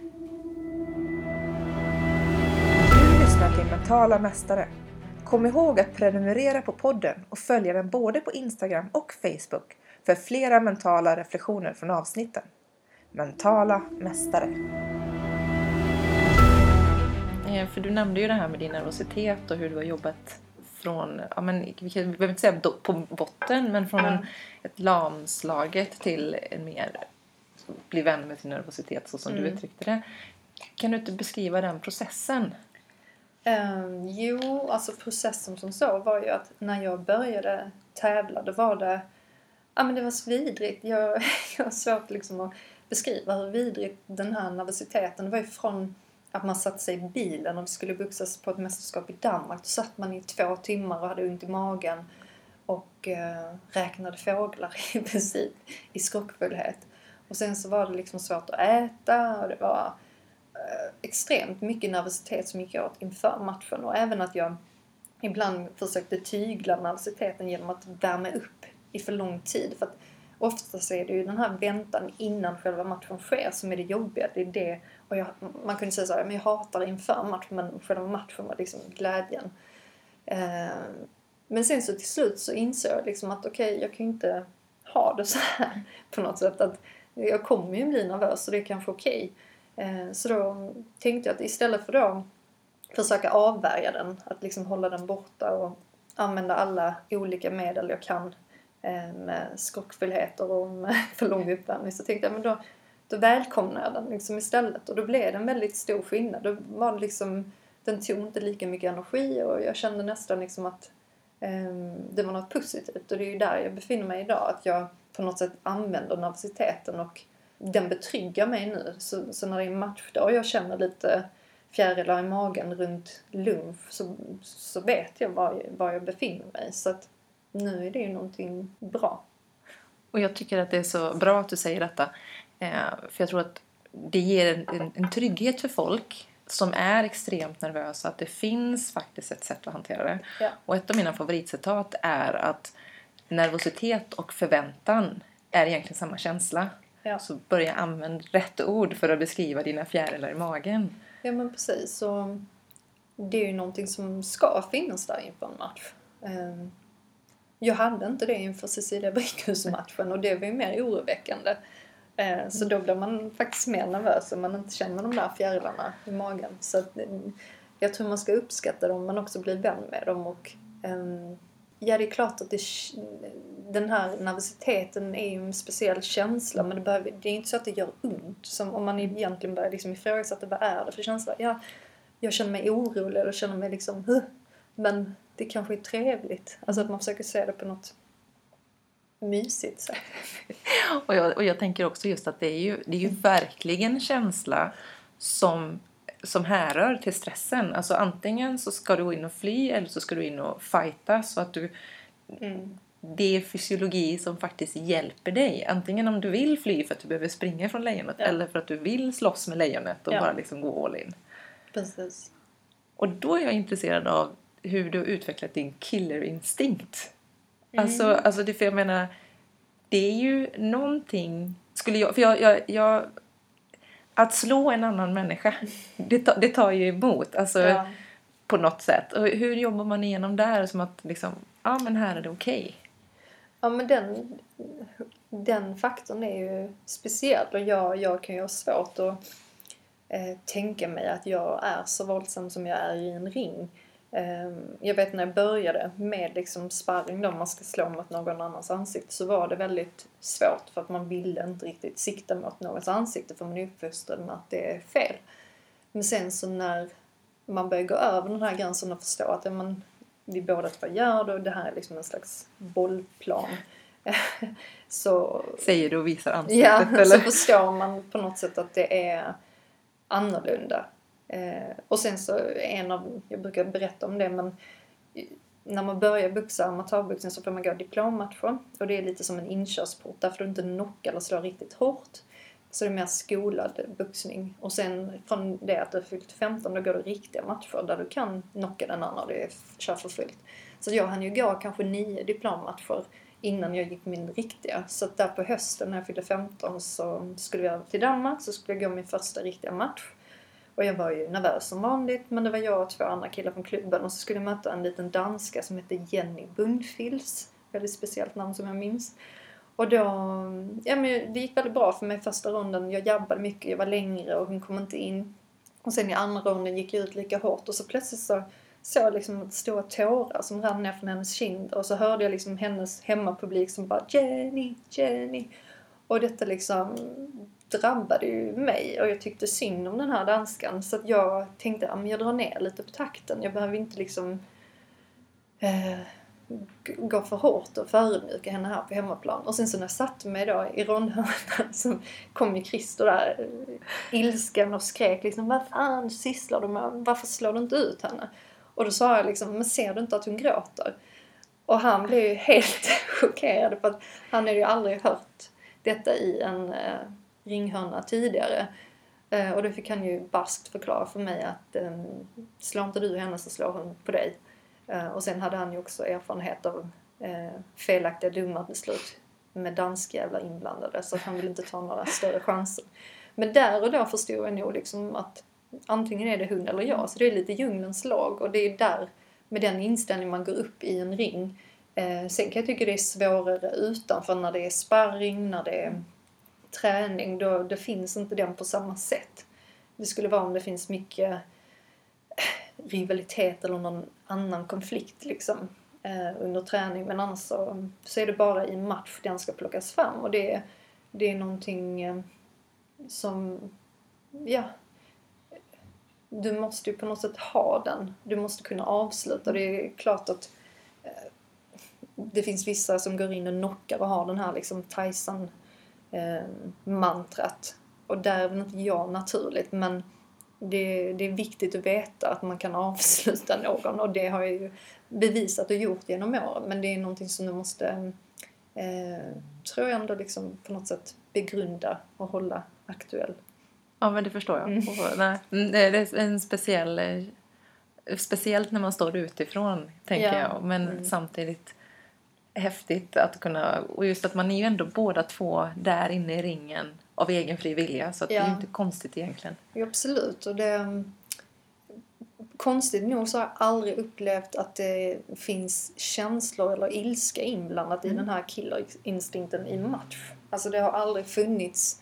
S2: Du lyssnar till Mentala Mästare. Kom ihåg att prenumerera på podden och följa den både på Instagram och Facebook för flera mentala reflektioner från avsnitten. Mentala Mästare. För du nämnde ju det här med din nervositet och hur du har jobbat från, ja men vi behöver inte säga på botten, men från ett lamslaget till en mer bli vän med sin nervositet, så som du uttryckte det. Kan du inte beskriva den processen?
S1: Jo, alltså processen som så var ju att när jag började tävla, då var det, ja men det var så vidrigt. Jag har svårt liksom att beskriva hur vidrigt den här nervositeten, det var ju från att man satt sig i bilen och vi skulle boxas på ett mästerskap i Danmark. Då satt man i 2 timmar och hade ont i magen och räknade fåglar i princip i skrockfullhet. Och sen så var det liksom svårt att äta och det var extremt mycket nervositet som gick åt inför matchen. Och även att jag ibland försökte tygla nervositeten genom att värma upp i för lång tid. För att oftast är det ju den här väntan innan själva matchen sker som är det jobbiga. Det är det. Och man kunde säga så här, men jag hatar inför matchen, men själva matchen var liksom glädjen. Men sen så till slut så insåg jag liksom att okej, jag kan ju inte ha det så här på något sätt. Att jag kommer ju bli nervös och det är kanske okej. Så då tänkte jag att istället för då försöka avvärja den, att liksom hålla den borta och använda alla olika medel jag kan med skrockfullheter och med för lång uppvärmning, så tänkte jag, men då välkomnar jag den liksom istället. Och då blev det en väldigt stor skillnad. Då var det liksom, den tog inte lika mycket energi och jag kände nästan liksom att det var något positivt. Och det är ju där jag befinner mig idag, att jag på något sätt använder nervositeten och den betryggar mig nu. Så när det är match då och jag känner lite fjärilar i magen runt lunch, så vet jag var jag befinner mig. Så att nu är det ju någonting bra.
S2: Och jag tycker att det är så bra att du säger detta. För jag tror att det ger en trygghet för folk som är extremt nervösa. Att det finns faktiskt ett sätt att hantera det.
S1: Ja.
S2: Och ett av mina favoritcitat är att nervositet och förväntan är egentligen samma känsla.
S1: Ja.
S2: Så börja använda rätt ord för att beskriva dina fjärilar i magen.
S1: Ja, men precis. Så det är ju någonting som ska finnas där inför en match. Jag hade inte det inför Cecilia Brækhus-matchen och det var ju mer oroväckande. Så då blir man faktiskt mer nervös om man inte känner de där fjärilarna i magen. Så att, jag tror man ska uppskatta dem men också bli vän med dem. Och, ja, det är klart att den här nervositeten är ju en speciell känsla. Men det är inte så att det gör ont. Som om man egentligen börjar liksom ifrågasätta vad är det för känsla. Ja, jag känner mig orolig eller känner mig liksom... Men det kanske är trevligt. Alltså att man försöker se det på något mysigt sätt.
S2: Och jag tänker också just att det är ju verkligen en känsla som härrör till stressen. Alltså antingen så ska du gå in och fly eller så ska du in och fighta så att du... Det är fysiologi som faktiskt hjälper dig. Antingen om du vill fly för att du behöver springa från lejonet eller för att du vill slåss med lejonet och bara liksom gå all in.
S1: Precis.
S2: Och då är jag intresserad av hur du har utvecklat din killerinstinkt. Alltså det, för jag menar, det är ju någonting, att slå en annan människa, det tar ju emot, alltså på något sätt. Och hur jobbar man igenom där som att liksom, men här är det okej.
S1: Ja, men den faktorn är ju speciell och jag kan ju ha svårt att tänka mig att jag är så våldsam som jag är i en ring. Jag vet när jag började med liksom sparring då man ska slå mot någon annans ansikte så var det väldigt svårt för att man ville inte riktigt sikta mot någons ansikte för man är uppfostrad med att det är fel. Men sen så när man börjar gå över den här gränsen och förstå att vi båda två gör det och det här är liksom en slags bollplan. Så
S2: säger du och visar ansiktet eller?
S1: Så förstår man på något sätt att det är annorlunda. Och sen så jag brukar berätta om det, men när man börjar boxa amatörboxning så får man gå diplommatcher och det är lite som en inkörsport därför du inte knockar eller slår riktigt hårt. Så det är mer skolad boxning. Och sen från det att du har fyllt 15 då går det riktiga matcher där du kan knocka den andra och det kör för fullt. Så jag hann ju gå kanske 9 diplommatcher innan jag gick min riktiga. Så där på hösten när jag fyllde 15 så skulle jag till Danmark så skulle jag gå min första riktiga match. Och jag var ju nervös som vanligt men det var jag och 2 andra killar från klubben och så skulle jag möta en liten danska som hette Jenny Bundfils. Väldigt speciellt namn som jag minns. Och då, men det gick väldigt bra för mig första ronden. Jag jabbade mycket, jag var längre och hon kom inte in. Och sen i andra ronden gick jag ut lika hårt och så plötsligt så såg jag liksom stora tårar som rann ner från hennes kind. Och så hörde jag liksom hennes hemmapublik som bara Jenny, Jenny. Och detta liksom drabbade ju mig och jag tyckte synd om den här danskan. Så att jag tänkte, jag drar ner lite på takten. Jag behöver inte liksom... gå för hårt och förödmjuka henne här på hemmaplan. Och sen så när jag satt mig då i rondhörnan så kom ju Christer där ilsken och skrek liksom, vad fan sysslar du med? Varför slår du inte ut henne? Och då sa jag liksom, men ser du inte att hon gråter? Och han blev ju helt chockerad för att han hade ju aldrig hört detta i en ringhörna tidigare. Och då fick han ju barskt förklara för mig att slår inte du henne så slår hon på dig. Och sen hade han ju också erfarenhet av felaktiga domarbeslut med danskjävlar inblandade. Så att han ville inte ta några större chanser. Men där och då förstod jag nog liksom att antingen är det hon eller jag. Så det är lite djungelns lag. Och det är där med den inställningen man går upp i en ring. Sen kan jag tycka det är svårare utanför när det är sparring, när det är träning. Då det finns inte den på samma sätt. Det skulle vara om det finns mycket rivalitet eller någon annan konflikt liksom, under träning. Men annars så är det bara i match den ska plockas fram. Och det är någonting som, du måste ju på något sätt ha den. Du måste kunna avsluta. Det är klart att det finns vissa som går in och knockar och har den här liksom Tyson-mantrat. Och där är väl inte jag naturligt, men det är viktigt att veta att man kan avsluta någon och det har jag ju bevisat och gjort genom åren, men det är någonting som du måste tror jag ändå liksom på något sätt begrunda och hålla aktuell.
S2: Ja, men det förstår jag. Det är en speciellt när man står utifrån, tänker jag. Men samtidigt häftigt att kunna... Och just att man är ju ändå båda två där inne i ringen av egen fri vilja. Så att det är ju inte konstigt egentligen.
S1: Ja, absolut. Och det... Konstigt nog så har jag aldrig upplevt att det finns känslor eller ilska inblandat i den här killerinstinkten i match. Alltså det har aldrig funnits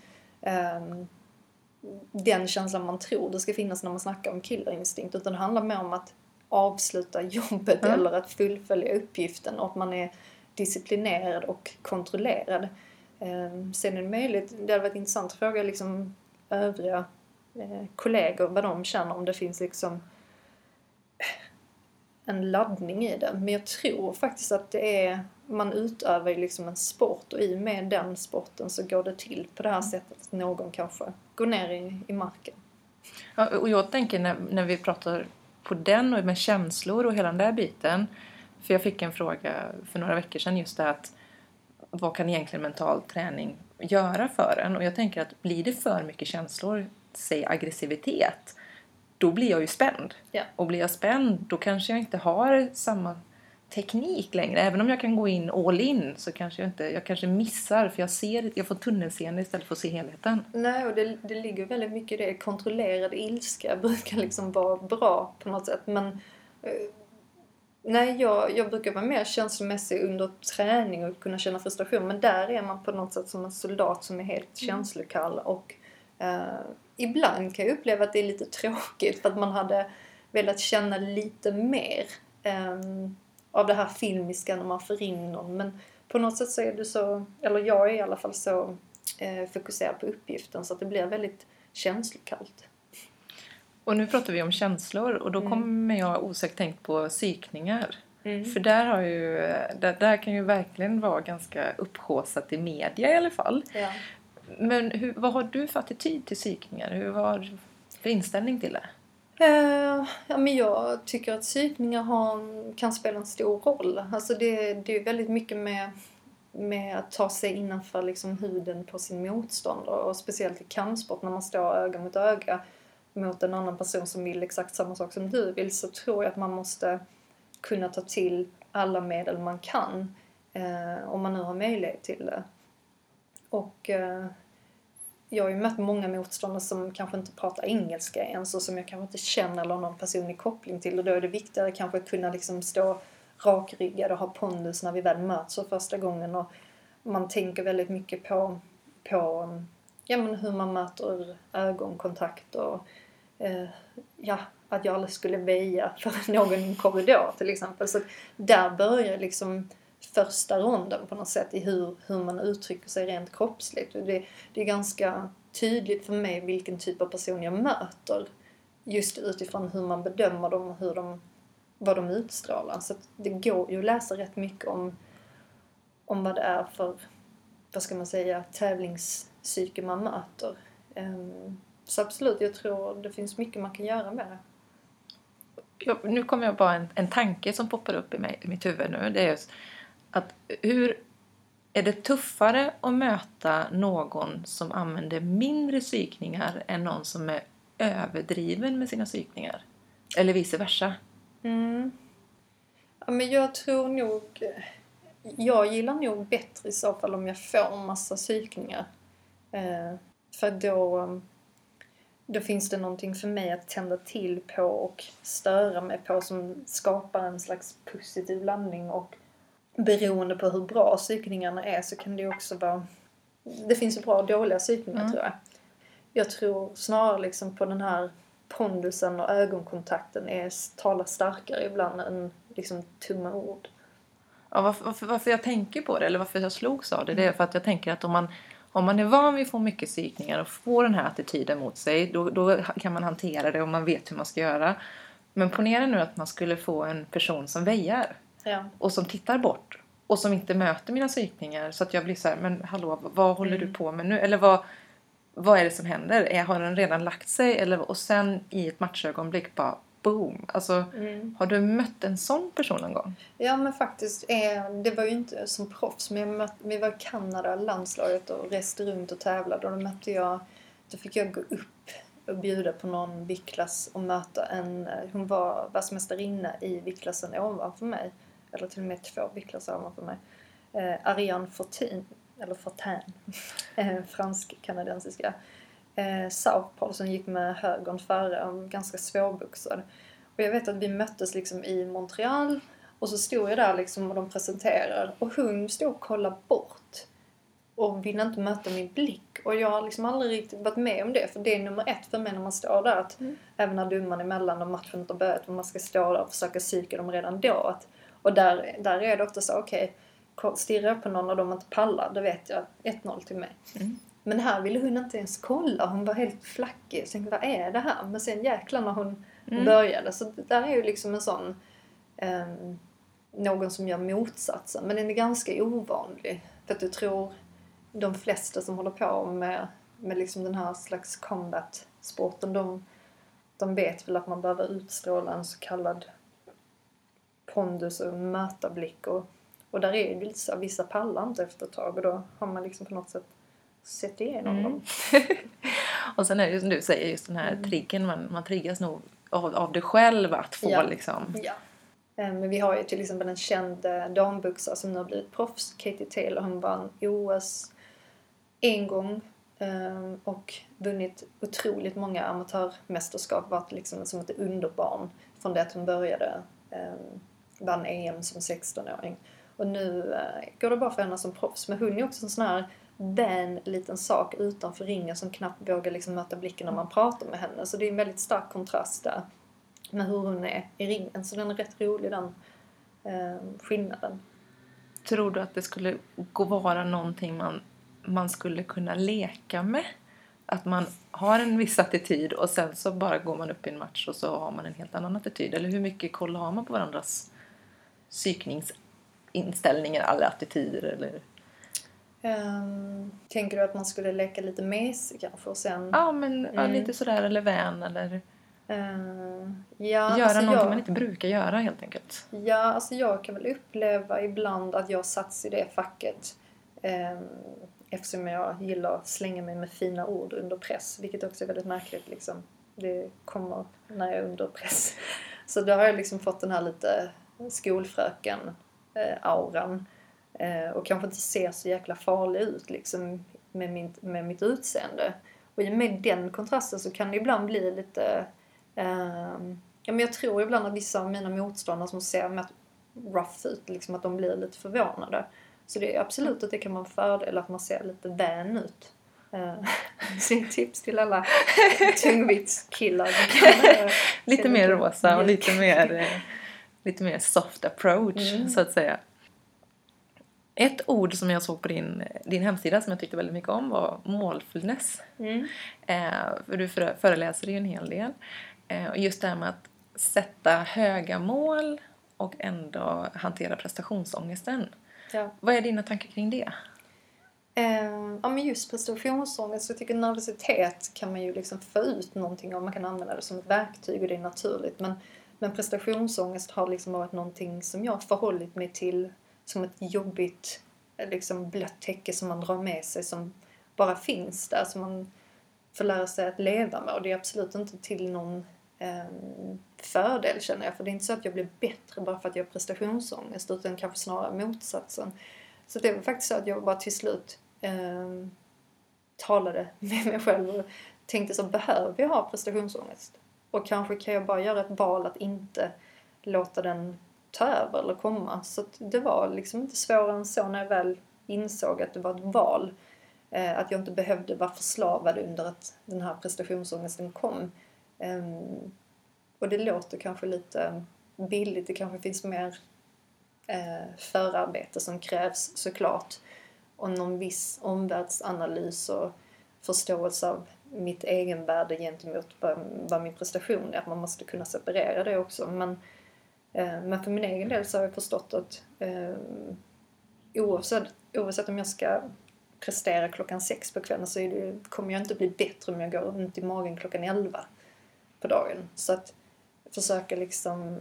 S1: den känslan man tror det ska finnas när man snackar om killerinstinkt. Utan det handlar mer om att avsluta jobbet eller att fullfölja uppgiften och att man är disciplinerad och kontrollerad. Sen är det möjligt, det hade varit intressant att fråga liksom övriga kollegor vad de känner, om det finns liksom en laddning i det. Men jag tror faktiskt att det är, man utövar liksom en sport och i och med den sporten så går det till på det här sättet att någon kanske går ner i marken.
S2: Ja, och jag tänker när vi pratar på den och med känslor och hela den där biten, för jag fick en fråga för några veckor sedan just det att vad kan egentligen mental träning göra för en? Och jag tänker att blir det för mycket känslor, säg aggressivitet, då blir jag ju spänd.
S1: Ja.
S2: Och blir jag spänd, då kanske jag inte har samma teknik längre. Även om jag kan gå in all in så kanske jag kanske missar, för jag får tunnelseende istället för att se helheten.
S1: Nej, och det ligger väldigt mycket i det. Kontrollerad ilska brukar liksom vara bra på något sätt. Men nej, jag brukar vara mer känslomässig under träning och kunna känna frustration. Men där är man på något sätt som en soldat som är helt känslokall. Och ibland kan jag uppleva att det är lite tråkigt för att man hade velat känna lite mer av det här filmiska när man får in någon. Men på något sätt så är du så, eller jag är i alla fall så fokuserad på uppgiften så att det blir väldigt känslokallt.
S2: Och nu pratar vi om känslor och då kommer jag osökt tänkt på psykningar. För där kan ju verkligen vara ganska upphaussat i media i alla fall.
S1: Ja.
S2: Men vad har du för attityd till psykningar? Vad har du för inställning till det?
S1: Ja, men jag tycker att psykningar kan spela en stor roll. Alltså det är väldigt mycket med att ta sig innanför liksom huden på sin motståndare. Och speciellt i kampsport när man står öga mot öga mot en annan person som vill exakt samma sak som du vill, så tror jag att man måste kunna ta till alla medel man kan om man nu har möjlighet till det. Och jag har ju mött många motståndare som kanske inte pratar engelska ens och som jag kanske inte känner eller någon personlig koppling till. Och då är det viktigare kanske att kunna liksom stå rakryggad och ha pondus när vi väl möts för första gången. Och man tänker väldigt mycket på hur man möter ögonkontakt och att jag aldrig skulle väja för någon i en korridor till exempel. Så där börjar liksom första ronden på något sätt i hur man uttrycker sig rent kroppsligt. Och det är ganska tydligt för mig vilken typ av person jag möter just utifrån hur man bedömer dem och vad de utstrålar. Så att det går ju att läsa rätt mycket om vad det är för, vad ska man säga, tävlingspsyke man möter. Så absolut, jag tror det finns mycket man kan göra med det.
S2: Nu kommer jag bara en tanke som poppar upp i mitt huvud nu. Det är just att hur är det tuffare att möta någon som använder mindre psykningar än någon som är överdriven med sina psykningar? Eller vice versa?
S1: Ja, men jag tror nog... Jag gillar nog bättre i så fall om jag får en massa psykningar. För då finns det någonting för mig att tända till på och störa mig på som skapar en slags positiv landning. Och beroende på hur bra psykningarna är så kan det också vara... Det finns ju bra och dåliga psykningar tror jag. Jag tror snarare liksom på den här pondusen och ögonkontakten talar starkare ibland än liksom tomma ord.
S2: Ja, varför jag tänker på det, eller varför jag slogs av det, det är för att jag tänker att om man är van vid att få mycket psykningar och får den här attityden mot sig, då kan man hantera det och man vet hur man ska göra. Men ponera nu att man skulle få en person som väjar och som tittar bort och som inte möter mina psykningar, så att jag blir så här, men hallå, vad håller du på med nu? Eller vad är det som händer? Har den redan lagt sig? Och sen i ett matchögonblick bara boom. Alltså, har du mött en sån person någon gång?
S1: Ja, men faktiskt. Det var ju inte som proffs. Men vi var i Kanada, landslaget, och reste runt och tävlade. Och då fick jag gå upp och bjuda på någon viktklass och möta hon var världsmästarinna i viktklassen ovanför mig. Eller till och med 2 viktklasser ovanför mig. Ariane Fortin, eller Fortin, fransk-kanadensiska. Southpaw som gick med högern före, ganska svårboxad. Och jag vet att vi möttes liksom i Montreal, och så stod jag där liksom och de presenterade, och hon stod och kollade bort och ville inte möta min blick. Och jag har liksom aldrig riktigt varit med om det, för det är nummer 1 för mig när man står där, att även när domaren emellan och matchen inte har börjat, man ska stå där och försöka psyka dem redan då. Och där är det ofta så, okej, stirrar jag på någon och de inte pallar, då vet jag 1-0 till mig. Men här ville hon inte ens kolla. Hon var helt flackig. Jag tänkte, vad är det här? Men sen jäklar när hon började. Så det där är ju liksom en sån... någon som gör motsatsen. Men den är ganska ovanlig. För att jag tror de flesta som håller på med liksom den här slags combat-sporten, de vet väl att man behöver utstråla en så kallad pondus och mötarblick. Och där är det lite så, vissa pallar inte efter ett tag. Och då har man liksom på något sätt sett igenom dem.
S2: Och sen är det ju som du säger, just den här triggen, man triggas nog av det själv att få liksom.
S1: Ja. Men vi har ju till exempel en känd damboxare som nu har blivit proffs, Katie Taylor. Hon vann OS en gång och vunnit otroligt många amatörmästerskap. Varit liksom som ett underbarn från det att hon började. Vann EM som 16-åring. Och nu går det bara för henne som proffs. Men hon är också en sån här liten sak utanför ringen som knappt vågar liksom möta blicken när man pratar med henne. Så det är en väldigt stark kontrast där med hur hon är i ringen. Så den är rätt rolig, den skillnaden.
S2: Tror du att det skulle vara någonting man skulle kunna leka med? Att man har en viss attityd och sen så bara går man upp i en match och så har man en helt annan attityd? Eller hur mycket koll har man på varandras psykningsinställningar eller attityder? Eller?
S1: Tänker du att man skulle leka lite mesig kanske och sen...
S2: Ja, men lite sådär, eller vän eller...
S1: göra
S2: alltså någonting man inte brukar göra helt enkelt.
S1: Ja, alltså jag kan väl uppleva ibland att jag sats i det facket. Eftersom jag gillar att slänga mig med fina ord under press. Vilket också är väldigt märkligt liksom. Det kommer när jag är under press. Så då har jag liksom fått den här lite skolfröken-auran. Och kanske inte ser så jäkla farlig ut liksom med mitt utseende. Och med den kontrasten så kan det ibland bli lite... men jag tror ibland att vissa av mina motståndare som ser med rough ut, liksom att de blir lite förvånade. Så det är absolut att det kan vara en fördel att man ser lite vän ut. Så det är tips till alla tungviktskillar.
S2: Lite mer rosa och lite mer soft approach så att säga. Ett ord som jag såg på din hemsida som jag tyckte väldigt mycket om var målfullness. För du föreläser ju en hel del. Och just det här med att sätta höga mål och ändå hantera prestationsångesten. Ja. Vad är dina tankar kring det?
S1: Men just prestationsångest, så jag tycker nervositet kan man ju liksom få ut någonting av. Man kan använda det som ett verktyg och det är naturligt. Men prestationsångest har liksom varit någonting som jag har förhållit mig till som ett jobbigt liksom blött täcke som man drar med sig, som bara finns där, som man får lära sig att leva med. Och det är absolut inte till någon fördel, känner jag. För det är inte så att jag blir bättre bara för att jag har prestationsångest, utan kanske snarare motsatsen. Så det var faktiskt så att jag bara till slut talade med mig själv och tänkte så, behöver jag ha prestationsångest? Och kanske kan jag bara göra ett val att inte låta den ta över eller komma. Så det var liksom inte svårare än så när jag väl insåg att det var ett val. Att jag inte behövde vara förslavad under att den här prestationsångesten kom. Och det låter kanske lite billigt. Det kanske finns mer förarbete som krävs såklart. Och någon viss omvärldsanalys och förståelse av mitt egenvärde gentemot vad min prestation är. Att man måste kunna separera det också. Men för min egen del så har jag förstått att oavsett om jag ska prestera 6:00 på kvällen så kommer jag inte bli bättre om jag går runt i magen 11:00 på dagen. Så att försöka liksom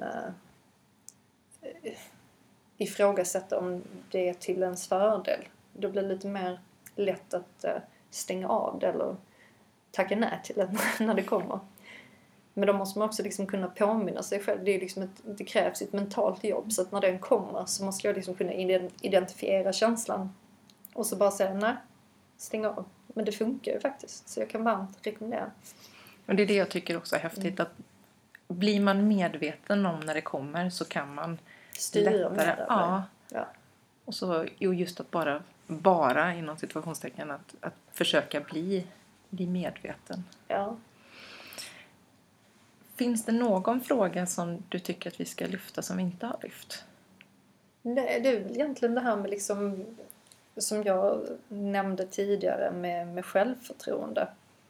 S1: ifrågasätta om det är till ens fördel. Då blir det lite mer lätt att stänga av det eller tacka nej till det när det kommer. Men då måste man också liksom kunna påminna sig själv. Det är liksom det krävs ett mentalt jobb. Så att när den kommer så måste jag liksom kunna identifiera känslan. Och så bara säga nej, stäng av. Men det funkar ju faktiskt. Så jag kan varmt rekommendera.
S2: Och det är det jag tycker också är häftigt. Att blir man medveten om när det kommer så kan man
S1: styra med det.
S2: Ja. Och så just att bara inom situationstecken att försöka bli medveten.
S1: Ja.
S2: Finns det någon fråga som du tycker att vi ska lyfta som vi inte har lyft?
S1: Nej, det är väl egentligen det här med liksom, som jag nämnde tidigare med självförtroende.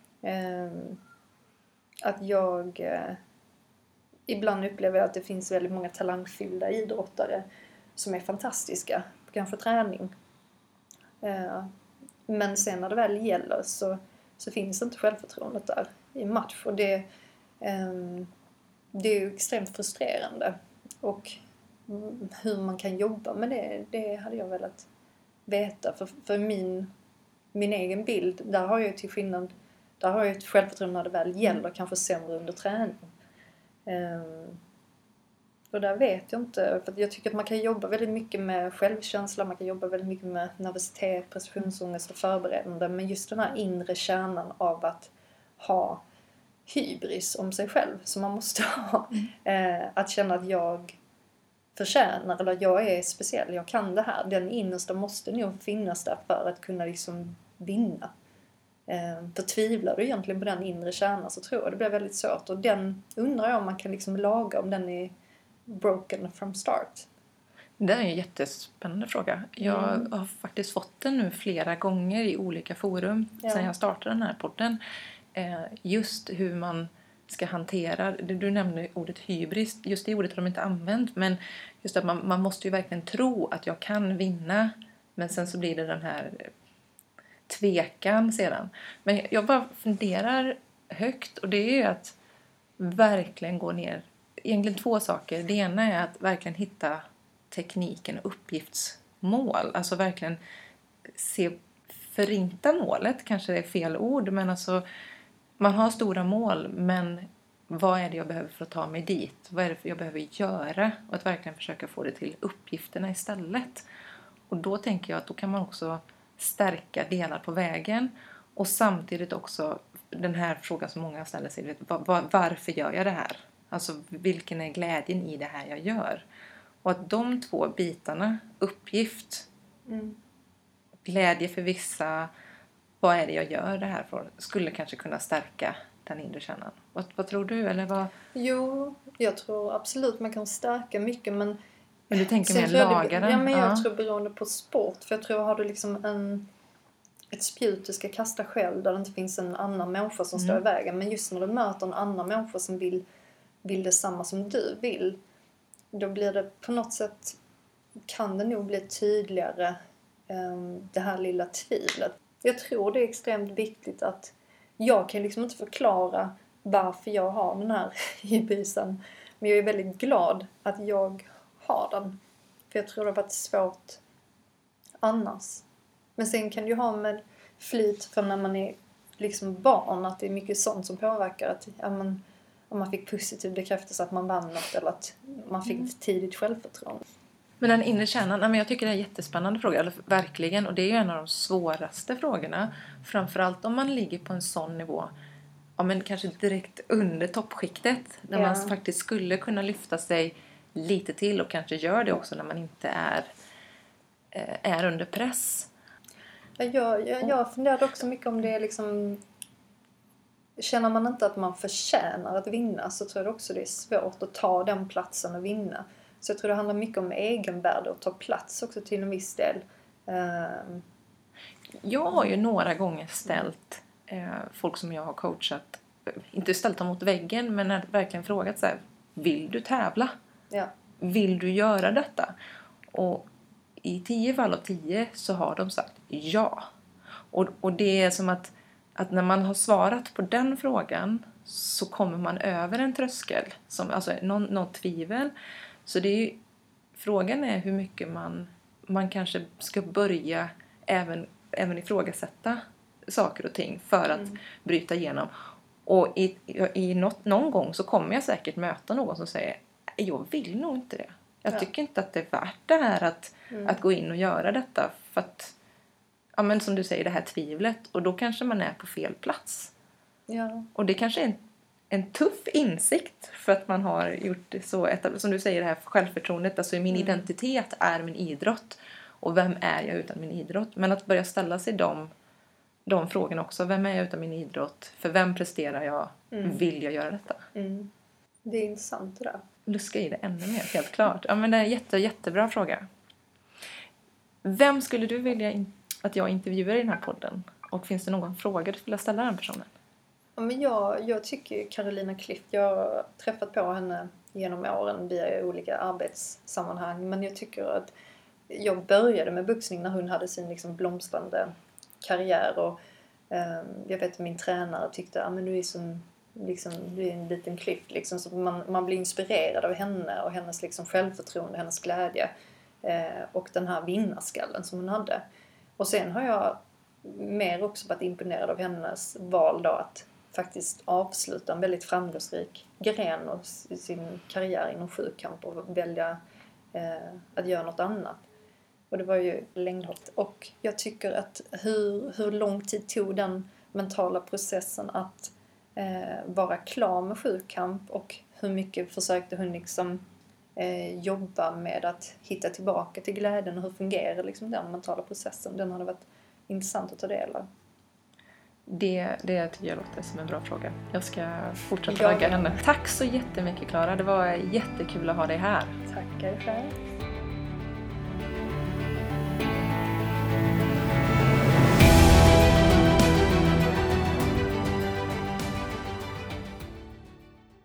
S1: Att jag ibland upplever att det finns väldigt många talangfyllda idrottare som är fantastiska på kanske träning. Men sen när det väl gäller så finns inte självförtroendet där i match. Och det är ju extremt frustrerande. Och hur man kan jobba med det hade jag velat veta. För min egen bild, där har jag till skillnad, där har jag ett självförtroende när det väl gäller, kanske sämre under träning. Och där vet jag inte, för jag tycker att man kan jobba väldigt mycket med självkänsla, man kan jobba väldigt mycket med nervositet, prestationsångest och förberedande, men just den här inre kärnan av att ha hybris om sig själv som man måste ha. Att känna att jag förtjänar, eller jag är speciell, jag kan det här. Den innersta måste nog finnas där för att kunna liksom vinna. För tvivlar du egentligen på den inre kärnan så tror jag det blir väldigt svårt. Och den undrar jag om man kan liksom laga om den är broken from start.
S2: Det är en jättespännande fråga. Jag har faktiskt fått den nu flera gånger i olika forum sedan jag startade den här podden. Just hur man ska hantera, du nämnde ordet hybris, just det ordet har de inte använt, men just att man måste ju verkligen tro att jag kan vinna, men sen så blir det den här tvekan sedan. Men jag bara funderar högt, och det är ju att verkligen gå ner, egentligen 2 saker. Det ena är att verkligen hitta tekniken och uppgiftsmål, alltså verkligen förinta målet, kanske det är fel ord, men alltså man har stora mål, men vad är det jag behöver för att ta mig dit? Vad är det jag behöver göra? Och att verkligen försöka få det till uppgifterna istället. Och då tänker jag att då kan man också stärka delar på vägen. Och samtidigt också den här frågan som många ställer sig. Varför gör jag det här? Alltså vilken är glädjen i det här jag gör? Och att de 2 bitarna, uppgift, glädje för vissa, vad är det jag gör det här för, skulle kanske kunna stärka den inre kärnan. Vad tror du? Eller vad?
S1: Jo, jag tror absolut man kan stärka mycket, men
S2: du tänker mer lagaren?
S1: Ja, men jag tror beroende på sport. För jag tror har du liksom ett spjut du ska kasta själv där det inte finns en annan människa som står i vägen. Men just när du möter en annan människa som vill detsamma som du vill, då blir det på något sätt, kan det nog bli tydligare det här lilla tvivlet. Jag tror det är extremt viktigt att jag kan liksom inte förklara varför jag har den här hybrisen. Men jag är väldigt glad att jag har den. För jag tror det har varit svårt annars. Men sen kan det ju ha med flyt för när man är liksom barn. Att det är mycket sånt som påverkar. Att om man fick positiv bekräftelse att man vann något. Eller att man fick tidigt självförtroende.
S2: Men den inre kärnan, jag tycker det är en jättespännande fråga. Verkligen. Och det är ju en av de svåraste frågorna. Framförallt om man ligger på en sån nivå. Ja, men kanske direkt under toppskiktet. Där man faktiskt skulle kunna lyfta sig lite till. Och kanske gör det också när man inte är under press.
S1: Jag funderade också mycket om det är liksom... Känner man inte att man förtjänar att vinna, så tror jag också det är svårt att ta den platsen och vinna. Så jag tror det handlar mycket om egenvärde och ta plats också till en viss del.
S2: Jag har ju några gånger ställt folk som jag har coachat, inte ställt dem mot väggen, men verkligen frågat så här: vill du tävla?
S1: Ja.
S2: Vill du göra detta? Och i 10 fall av 10 så har de sagt ja. Och det är som att att när man har svarat på den frågan så kommer man över en tröskel, alltså något tvivel. Så det är ju, frågan är hur mycket man kanske ska börja även ifrågasätta saker och ting för att bryta igenom. Och någon gång så kommer jag säkert möta någon som säger, jag vill nog inte det. Jag tycker inte att det är värt det här att gå in och göra detta. För att, ja men som du säger, det här tvivlet. Och då kanske man är på fel plats.
S1: Ja.
S2: Och det kanske är en tuff insikt för att man har gjort det så, som du säger, det här självförtroendet. Alltså min identitet är min idrott. Och vem är jag utan min idrott? Men att börja ställa sig de frågorna också. Vem är jag utan min idrott? För vem presterar jag? Vill jag göra detta?
S1: Det är intressant det där.
S2: Luska i det ännu mer, helt klart. Ja, men det är en jättebra fråga. Vem skulle du vilja att jag intervjuar i den här podden? Och finns det någon fråga du skulle ställa den personen?
S1: Ja, men jag tycker Carolina Klüft, jag har träffat på henne genom åren via olika arbetssammanhang. Men jag tycker att jag började med boxning när hon hade sin liksom blomstrande karriär. Och jag vet att min tränare tyckte att du är som liksom, du är en liten Klüft liksom, så man blir inspirerad av henne och hennes liksom självförtroende, hennes glädje och den här vinnarskallen som hon hade. Och sen har jag mer också varit imponerad av hennes val då att faktiskt avsluta en väldigt framgångsrik gren och sin karriär inom sjukamp och välja att göra något annat. Och det var ju längdhopp. Och jag tycker att hur lång tid tog den mentala processen att vara klar med sjukamp och hur mycket försökte hon liksom jobba med att hitta tillbaka till glädjen och hur fungerar liksom den mentala processen. Den hade varit intressant att ta del av. Det tycker jag låter som en bra fråga. Jag ska fortsätta tagga henne. Tack så jättemycket, Clara. Det var jättekul att ha dig här. Tackar själv.